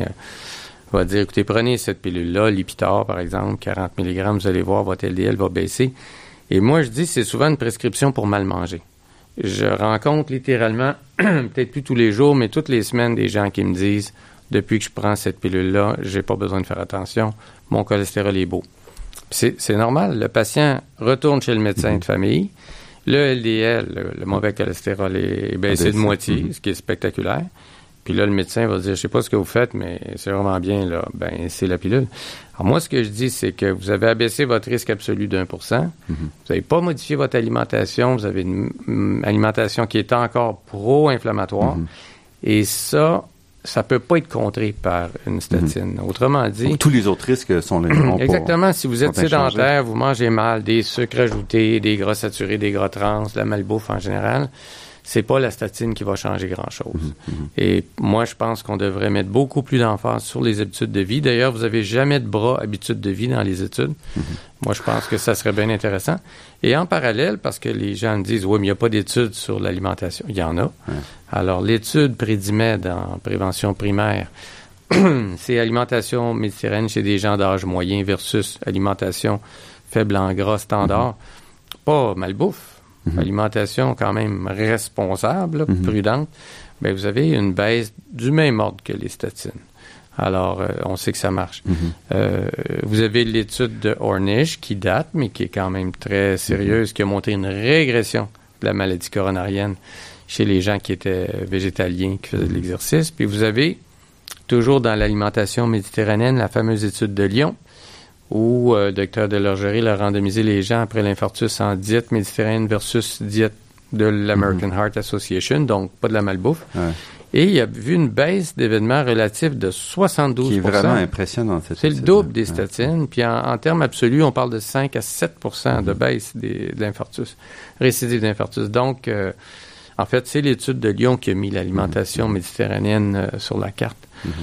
va dire, écoutez, prenez cette pilule-là, Lipitor, par exemple, 40 mg, vous allez voir, votre LDL va baisser. Et moi, je dis, c'est souvent une prescription pour mal manger. Je rencontre littéralement, peut-être plus tous les jours, mais toutes les semaines, des gens qui me disent, depuis que je prends cette pilule-là, j'ai pas besoin de faire attention, mon cholestérol est beau. C'est normal, le patient retourne chez le médecin de famille, le LDL, le mauvais cholestérol, est baissé de moitié, ce qui est spectaculaire. Puis là, le médecin va dire, je sais pas ce que vous faites, mais c'est vraiment bien, là. Ben, c'est la pilule. Alors moi, ce que je dis, c'est que vous avez abaissé votre risque absolu d'1%. Vous n'avez pas modifié votre alimentation. Vous avez une alimentation qui est encore pro-inflammatoire. Et ça peut pas être contré par une statine. Autrement dit... Donc, tous les autres risques sont les mêmes. Exactement. Si vous êtes sédentaire, vous mangez mal, des sucres ajoutés, des gras saturés, des gras trans, de la malbouffe en général, c'est pas la statine qui va changer grand-chose. Et moi, je pense qu'on devrait mettre beaucoup plus d'emphase sur les habitudes de vie. D'ailleurs, vous avez jamais de bras habitudes de vie dans les études. Moi, je pense que ça serait bien intéressant. Et en parallèle, parce que les gens disent, oui, mais il n'y a pas d'études sur l'alimentation. Il y en a. Alors, l'étude Prédimed en prévention primaire, c'est alimentation méditerranéenne chez des gens d'âge moyen versus alimentation faible en gras standard. Pas malbouffe. Alimentation quand même responsable, prudente, bien, vous avez une baisse du même ordre que les statines. Alors, on sait que ça marche. Vous avez l'étude de Ornish qui date, mais qui est quand même très sérieuse, qui a montré une régression de la maladie coronarienne chez les gens qui étaient végétaliens, qui faisaient de l'exercice. Puis vous avez, toujours dans l'alimentation méditerranéenne, la fameuse étude de Lyon, où Dr Delorgerie a randomisé les gens après l'infarctus en diète méditerranéenne versus diète de l'American Heart Association, donc pas de la malbouffe. Et il a vu une baisse d'événements relatifs de 72%. Qui est vraiment impressionnant. C'est le double des statines. Puis en termes absolus, on parle de 5 à 7% de baisse de l'infarctus, récidive d'infarctus. Donc, en fait, c'est l'étude de Lyon qui a mis l'alimentation méditerranéenne sur la carte.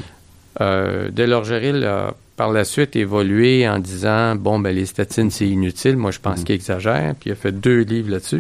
Delorgerie a par la suite évolué en disant, bon, ben les statines, c'est inutile. Moi, je pense qu'il exagère. Puis il a fait 2 livres là-dessus.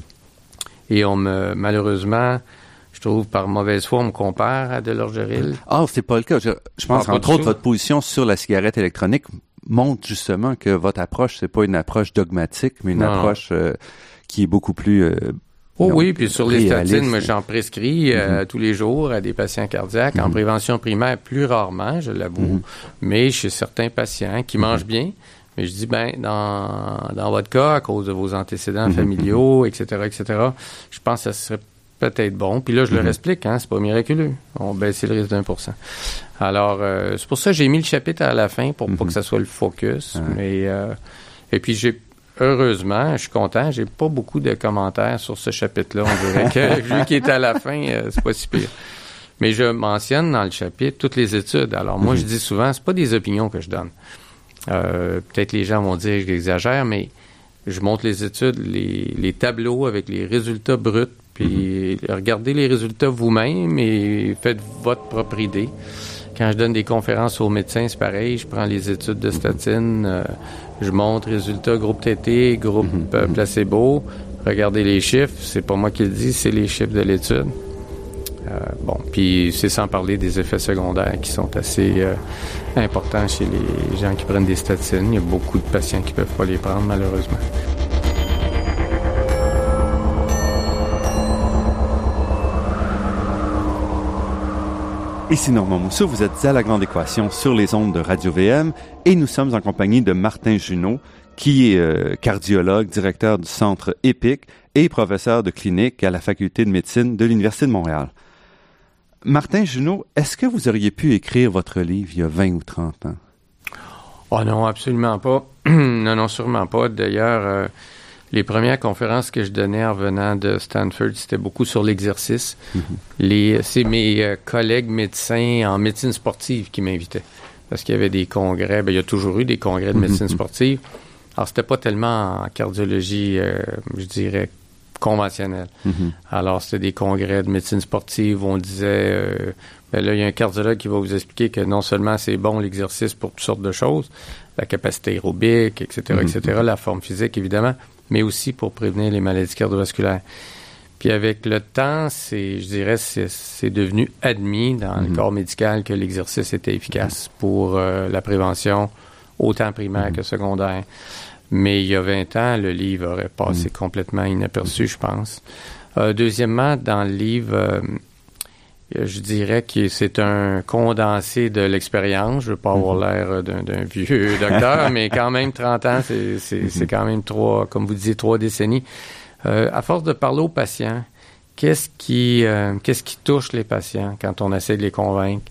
Et malheureusement, je trouve, par mauvaise foi, on me compare à Delorgerie. Ah, c'est pas le cas. Je pense qu'entre autres, votre position sur la cigarette électronique montre justement que votre approche, c'est pas une approche dogmatique, mais une approche qui est beaucoup plus... oui, puis sur les statines, moi, j'en prescris tous les jours à des patients cardiaques. En prévention primaire, plus rarement, je l'avoue, mais chez certains patients qui mangent bien. Mais je dis, dans votre cas, à cause de vos antécédents familiaux, etc., je pense que ça serait peut-être bon. Puis là, je leur explique, c'est pas miraculeux. On baisse le risque d'1%. Alors, c'est pour ça que j'ai mis le chapitre à la fin pour pas que ça soit le focus. Mais et puis heureusement, je suis content, j'ai pas beaucoup de commentaires sur ce chapitre-là. On dirait que vu qu'il est à la fin, c'est pas si pire. Mais je mentionne dans le chapitre toutes les études. Alors moi, je dis souvent, c'est pas des opinions que je donne. Peut-être les gens vont dire que j'exagère, mais je montre les études, les tableaux avec les résultats bruts, puis regardez les résultats vous-même et faites votre propre idée. Quand je donne des conférences aux médecins, c'est pareil. Je prends les études de statine, je montre résultats groupe TT, groupe placebo. Regardez les chiffres. C'est pas moi qui le dis, c'est les chiffres de l'étude. Puis c'est sans parler des effets secondaires qui sont assez importants chez les gens qui prennent des statines. Il y a beaucoup de patients qui peuvent pas les prendre, malheureusement. Ici Normand Mousseau, vous êtes à La Grande Équation sur les ondes de Radio-VM et nous sommes en compagnie de Martin Junot, qui est cardiologue, directeur du Centre EPIC et professeur de clinique à la Faculté de médecine de l'Université de Montréal. Martin Junot, est-ce que vous auriez pu écrire votre livre il y a 20 ou 30 ans? Oh non, absolument pas. Non, sûrement pas. D'ailleurs, les premières conférences que je donnais en revenant de Stanford, c'était beaucoup sur l'exercice. C'est mes collègues médecins en médecine sportive qui m'invitaient. Parce qu'il y avait des congrès, il y a toujours eu des congrès de médecine sportive. Alors, c'était pas tellement en cardiologie, je dirais, conventionnelle. Alors, c'était des congrès de médecine sportive où on disait, là, il y a un cardiologue qui va vous expliquer que non seulement c'est bon l'exercice pour toutes sortes de choses, la capacité aérobique, etc., la forme physique, évidemment, mais aussi pour prévenir les maladies cardiovasculaires. Puis avec le temps, c'est devenu admis dans le corps médical que l'exercice était efficace pour la prévention, autant primaire que secondaire. Mais il y a 20 ans, le livre aurait passé complètement inaperçu, je pense. Deuxièmement, dans le livre, je dirais que c'est un condensé de l'expérience. Je veux pas avoir l'air d'un vieux docteur, mais quand même 30 ans, c'est quand même 3 décennies. À force de parler aux patients, qu'est-ce qui touche les patients quand on essaie de les convaincre?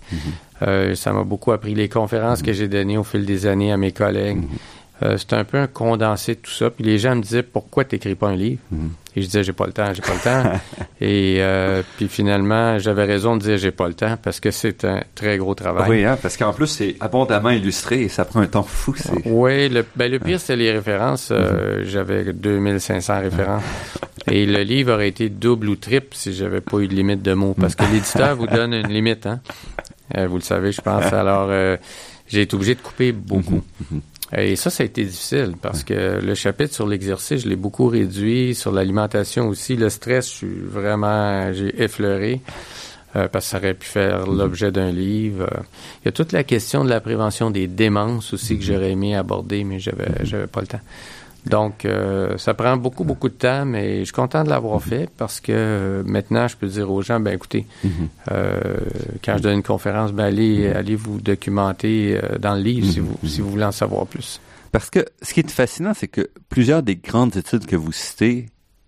Ça m'a beaucoup appris. Les conférences que j'ai données au fil des années à mes collègues, c'est un peu un condensé de tout ça. Puis les gens me disaient, pourquoi tu n'écris pas un livre? Et je disais, j'ai pas le temps. Et puis finalement, j'avais raison de dire, j'ai pas le temps, parce que c'est un très gros travail. Oui, parce qu'en plus, c'est abondamment illustré et ça prend un temps fou. Oui, le pire, c'est les références. J'avais 2500 références. Et le livre aurait été double ou triple si j'avais pas eu de limite de mots, parce que l'éditeur vous donne une limite, hein. Vous le savez, je pense. Alors, j'ai été obligé de couper beaucoup. Et ça a été difficile parce que le chapitre sur l'exercice, je l'ai beaucoup réduit. Sur l'alimentation aussi, le stress, j'ai effleuré parce que ça aurait pu faire l'objet d'un livre. Il y a toute la question de la prévention des démences aussi que j'aurais aimé aborder, mais j'avais pas le temps. Donc, ça prend beaucoup de temps, mais je suis content de l'avoir fait parce que maintenant, je peux dire aux gens, écoutez, quand je donne une conférence, allez vous documenter dans le livre si vous voulez en savoir plus. Parce que ce qui est fascinant, c'est que plusieurs des grandes études que vous citez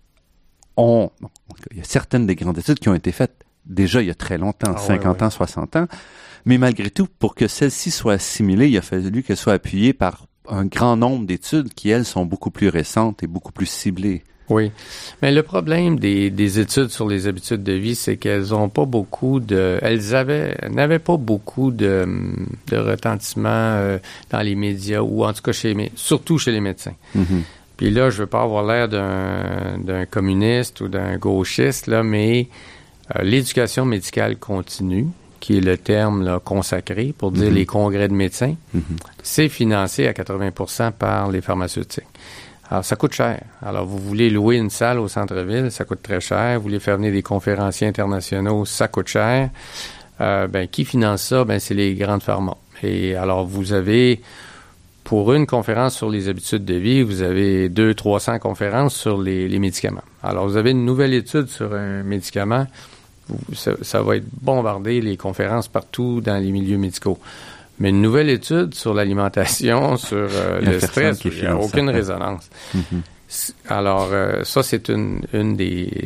il y a certaines des grandes études qui ont été faites déjà il y a très longtemps, 50 ans, 60 ans, mais malgré tout, pour que celles-ci soient assimilées, il a fallu qu'elles soient appuyées par un grand nombre d'études qui, elles, sont beaucoup plus récentes et beaucoup plus ciblées. Oui. Mais le problème des études sur les habitudes de vie, c'est qu'elles ont pas beaucoup n'avaient pas beaucoup de retentissement dans les médias ou en tout cas surtout chez les médecins. Puis là, je veux pas avoir l'air d'un communiste ou d'un gauchiste, là, mais l'éducation médicale continue, qui est le terme là, consacré pour dire les congrès de médecins, c'est financé à 80% par les pharmaceutiques. Alors, ça coûte cher. Alors, vous voulez louer une salle au centre-ville, ça coûte très cher. Vous voulez faire venir des conférenciers internationaux, ça coûte cher. Qui finance ça? C'est les grandes pharma. Et alors, vous avez, pour une conférence sur les habitudes de vie, vous avez 200-300 conférences sur les médicaments. Alors, vous avez une nouvelle étude sur un médicament, ça va être bombardé, les conférences partout dans les milieux médicaux. Mais une nouvelle étude sur l'alimentation, sur le stress, il n'y a aucune résonance. Alors, ça, c'est une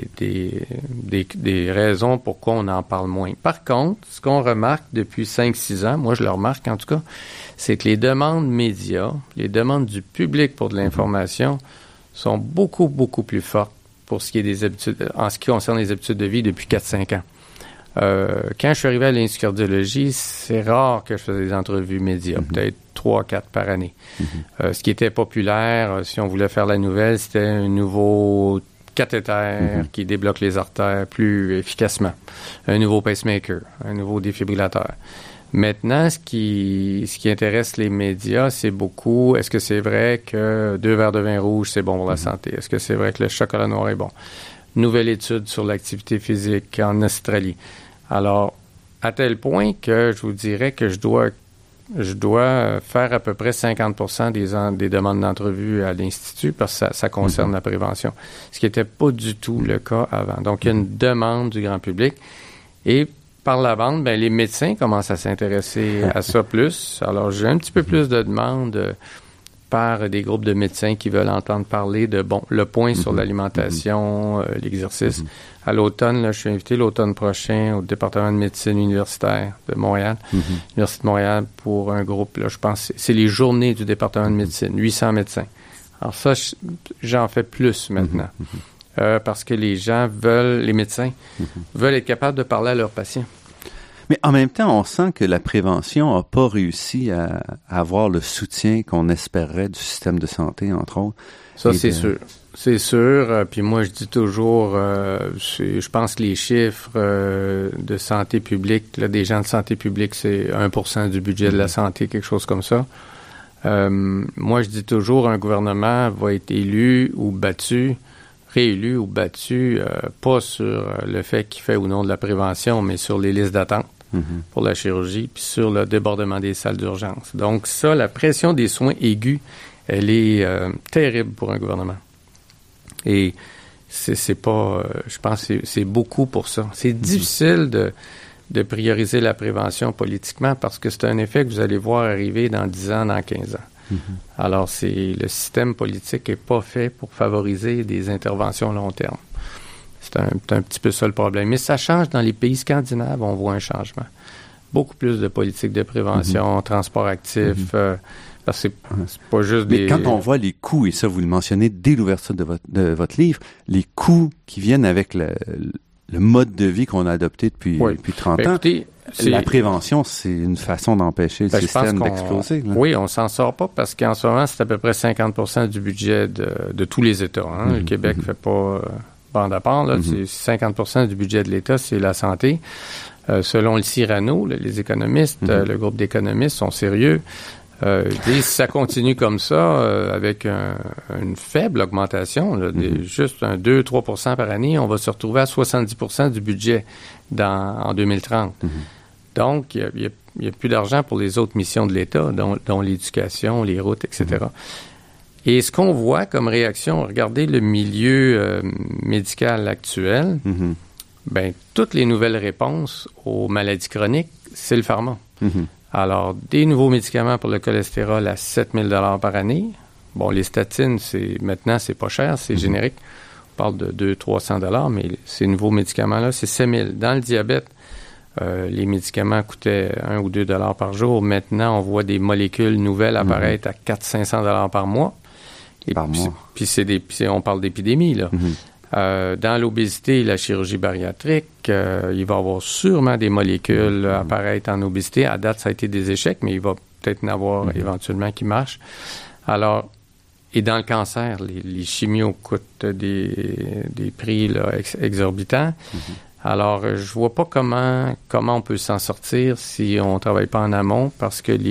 des raisons pourquoi on en parle moins. Par contre, ce qu'on remarque depuis 5-6 ans, moi je le remarque en tout cas, c'est que les demandes médias, les demandes du public pour de l'information sont beaucoup plus fortes pour ce qui est des habitudes, en ce qui concerne les habitudes de vie depuis 4-5 ans. Quand je suis arrivé à l'Institut de cardiologie, c'est rare que je faisais des entrevues médias, peut-être 3-4 par année. Ce qui était populaire, si on voulait faire la nouvelle, c'était un nouveau cathéter qui débloque les artères plus efficacement, un nouveau pacemaker, un nouveau défibrillateur. Maintenant, ce qui intéresse les médias, c'est beaucoup, est-ce que c'est vrai que 2 verres de vin rouge, c'est bon pour la santé? Est-ce que c'est vrai que le chocolat noir est bon? Nouvelle étude sur l'activité physique en Australie. Alors, à tel point que je vous dirais que je dois faire à peu près 50% des demandes d'entrevue à l'Institut parce que ça concerne la prévention, ce qui n'était pas du tout le cas avant. Donc, il y a une demande du grand public et par la bande, les médecins commencent à s'intéresser à ça plus. Alors, j'ai un petit peu plus de demandes par des groupes de médecins qui veulent entendre parler de, le point sur l'alimentation, l'exercice. À l'automne, là, je suis invité l'automne prochain au département de médecine universitaire de Montréal, l'Université de Montréal, pour un groupe, là, je pense, c'est les journées du département de médecine, 800 médecins. Alors ça, j'en fais plus maintenant. Parce que les médecins veulent être capables de parler à leurs patients. Mais en même temps, on sent que la prévention n'a pas réussi à avoir le soutien qu'on espérait du système de santé, entre autres. Ça, c'est sûr. C'est sûr. Puis moi, je dis toujours, je pense que les chiffres de santé publique, là, des gens de santé publique, c'est 1% du budget de la santé, quelque chose comme ça. Moi, je dis toujours, un gouvernement va être élu ou battu, réélu ou battu, pas sur le fait qu'il fait ou non de la prévention, mais sur les listes d'attente pour la chirurgie, puis sur le débordement des salles d'urgence. Donc ça, la pression des soins aigus, elle est terrible pour un gouvernement. Et c'est pas, je pense que c'est beaucoup pour ça. C'est difficile de prioriser la prévention politiquement parce que c'est un effet que vous allez voir arriver dans 10 ans, dans 15 ans. Alors, le système politique n'est pas fait pour favoriser des interventions long terme. C'est un petit peu ça le problème. Mais ça change dans les pays scandinaves, on voit un changement. Beaucoup plus de politique de prévention, transport actif, parce que c'est pas juste Mais quand on voit les coûts, et ça vous le mentionnez dès l'ouverture de votre livre, les coûts qui viennent avec le mode de vie qu'on a adopté depuis 30 ans, écoutez, la prévention, c'est une façon d'empêcher le système d'exploser. Oui, on s'en sort pas parce qu'en ce moment, c'est à peu près 50% du budget de tous les États. Le Québec fait pas bande à part. Là, c'est 50% du budget de l'État, c'est la santé. Selon le Cyrano, les économistes, le groupe d'économistes sont sérieux. Si ça continue comme ça, avec une faible augmentation, là, juste un 2-3% par année, on va se retrouver à 70% du budget en 2030. Donc, il n'y a plus d'argent pour les autres missions de l'État, dont l'éducation, les routes, etc. Et ce qu'on voit comme réaction, regardez le milieu médical actuel, toutes les nouvelles réponses aux maladies chroniques, c'est le pharma. Alors, des nouveaux médicaments pour le cholestérol à 7 000 $ par année. Bon, les statines, maintenant, c'est pas cher, c'est générique. On parle de 200-300 $, mais ces nouveaux médicaments-là, c'est 7 000 $. Dans le diabète, les médicaments coûtaient 1 ou 2 $ par jour. Maintenant, on voit des molécules nouvelles apparaître à 400-500 $ par mois. Puis on parle d'épidémie, là. Dans l'obésité et la chirurgie bariatrique, il va y avoir sûrement des molécules apparaître en obésité. À date, ça a été des échecs, mais il va peut-être en avoir éventuellement qui marchent. Alors, et dans le cancer, les chimios coûtent des prix là, exorbitants. Alors, je vois pas comment on peut s'en sortir si on travaille pas en amont, parce que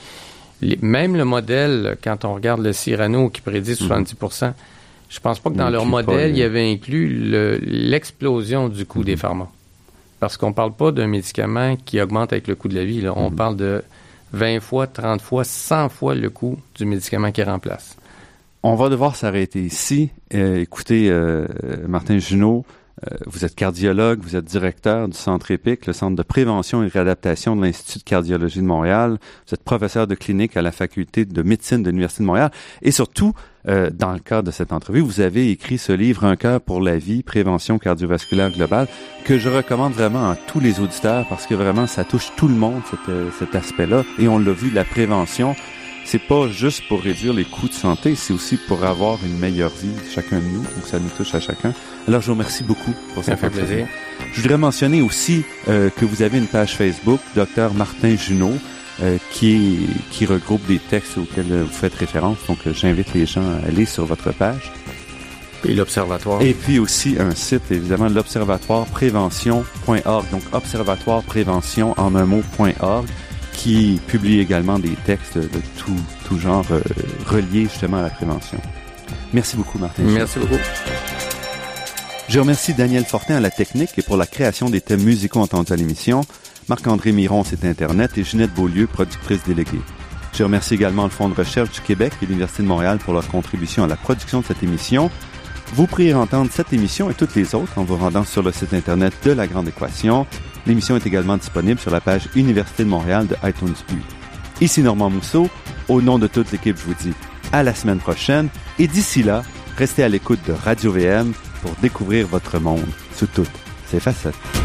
même le modèle, quand on regarde le Cyrano qui prédit 70%, je pense pas que dans leur modèle, il y avait inclus l'explosion du coût des pharma. Parce qu'on parle pas d'un médicament qui augmente avec le coût de la vie. Là. On parle de 20 fois, 30 fois, 100 fois le coût du médicament qui remplace. On va devoir s'arrêter ici. Écoutez, Martin Junot, vous êtes cardiologue, vous êtes directeur du Centre EPIC, le Centre de prévention et réadaptation de l'Institut de cardiologie de Montréal. Vous êtes professeur de clinique à la Faculté de médecine de l'Université de Montréal. Et surtout, dans le cadre de cette entrevue, vous avez écrit ce livre « Un cœur pour la vie, prévention cardiovasculaire globale » que je recommande vraiment à tous les auditeurs parce que vraiment, ça touche tout le monde, cet aspect-là. Et on l'a vu, la prévention, c'est pas juste pour réduire les coûts de santé, c'est aussi pour avoir une meilleure vie, chacun de nous. Donc, ça nous touche à chacun. Alors, je vous remercie beaucoup pour cette entrevue. Ça fait plaisir. Je voudrais mentionner aussi que vous avez une page Facebook, Dr Martin Junot, qui regroupe des textes auxquels vous faites référence. Donc, j'invite les gens à aller sur votre page. Et l'Observatoire. Et puis aussi un site, évidemment, l'observatoireprévention.org. Donc, observatoireprévention en un mot.org. qui publie également des textes de tout genre reliés justement à la prévention. Merci beaucoup, Martin. Merci beaucoup. Je remercie Daniel Fortin à la technique et pour la création des thèmes musicaux entendus à l'émission, Marc-André Miron, site Internet, et Ginette Beaulieu, productrice déléguée. Je remercie également le Fonds de recherche du Québec et l'Université de Montréal pour leur contribution à la production de cette émission. Vous pourrez entendre cette émission et toutes les autres en vous rendant sur le site Internet de La Grande Équation. L'émission est également disponible sur la page Université de Montréal de iTunes U. Ici Normand Mousseau. Au nom de toute l'équipe, je vous dis à la semaine prochaine. Et d'ici là, restez à l'écoute de Radio-VM pour découvrir votre monde sous toutes ses facettes.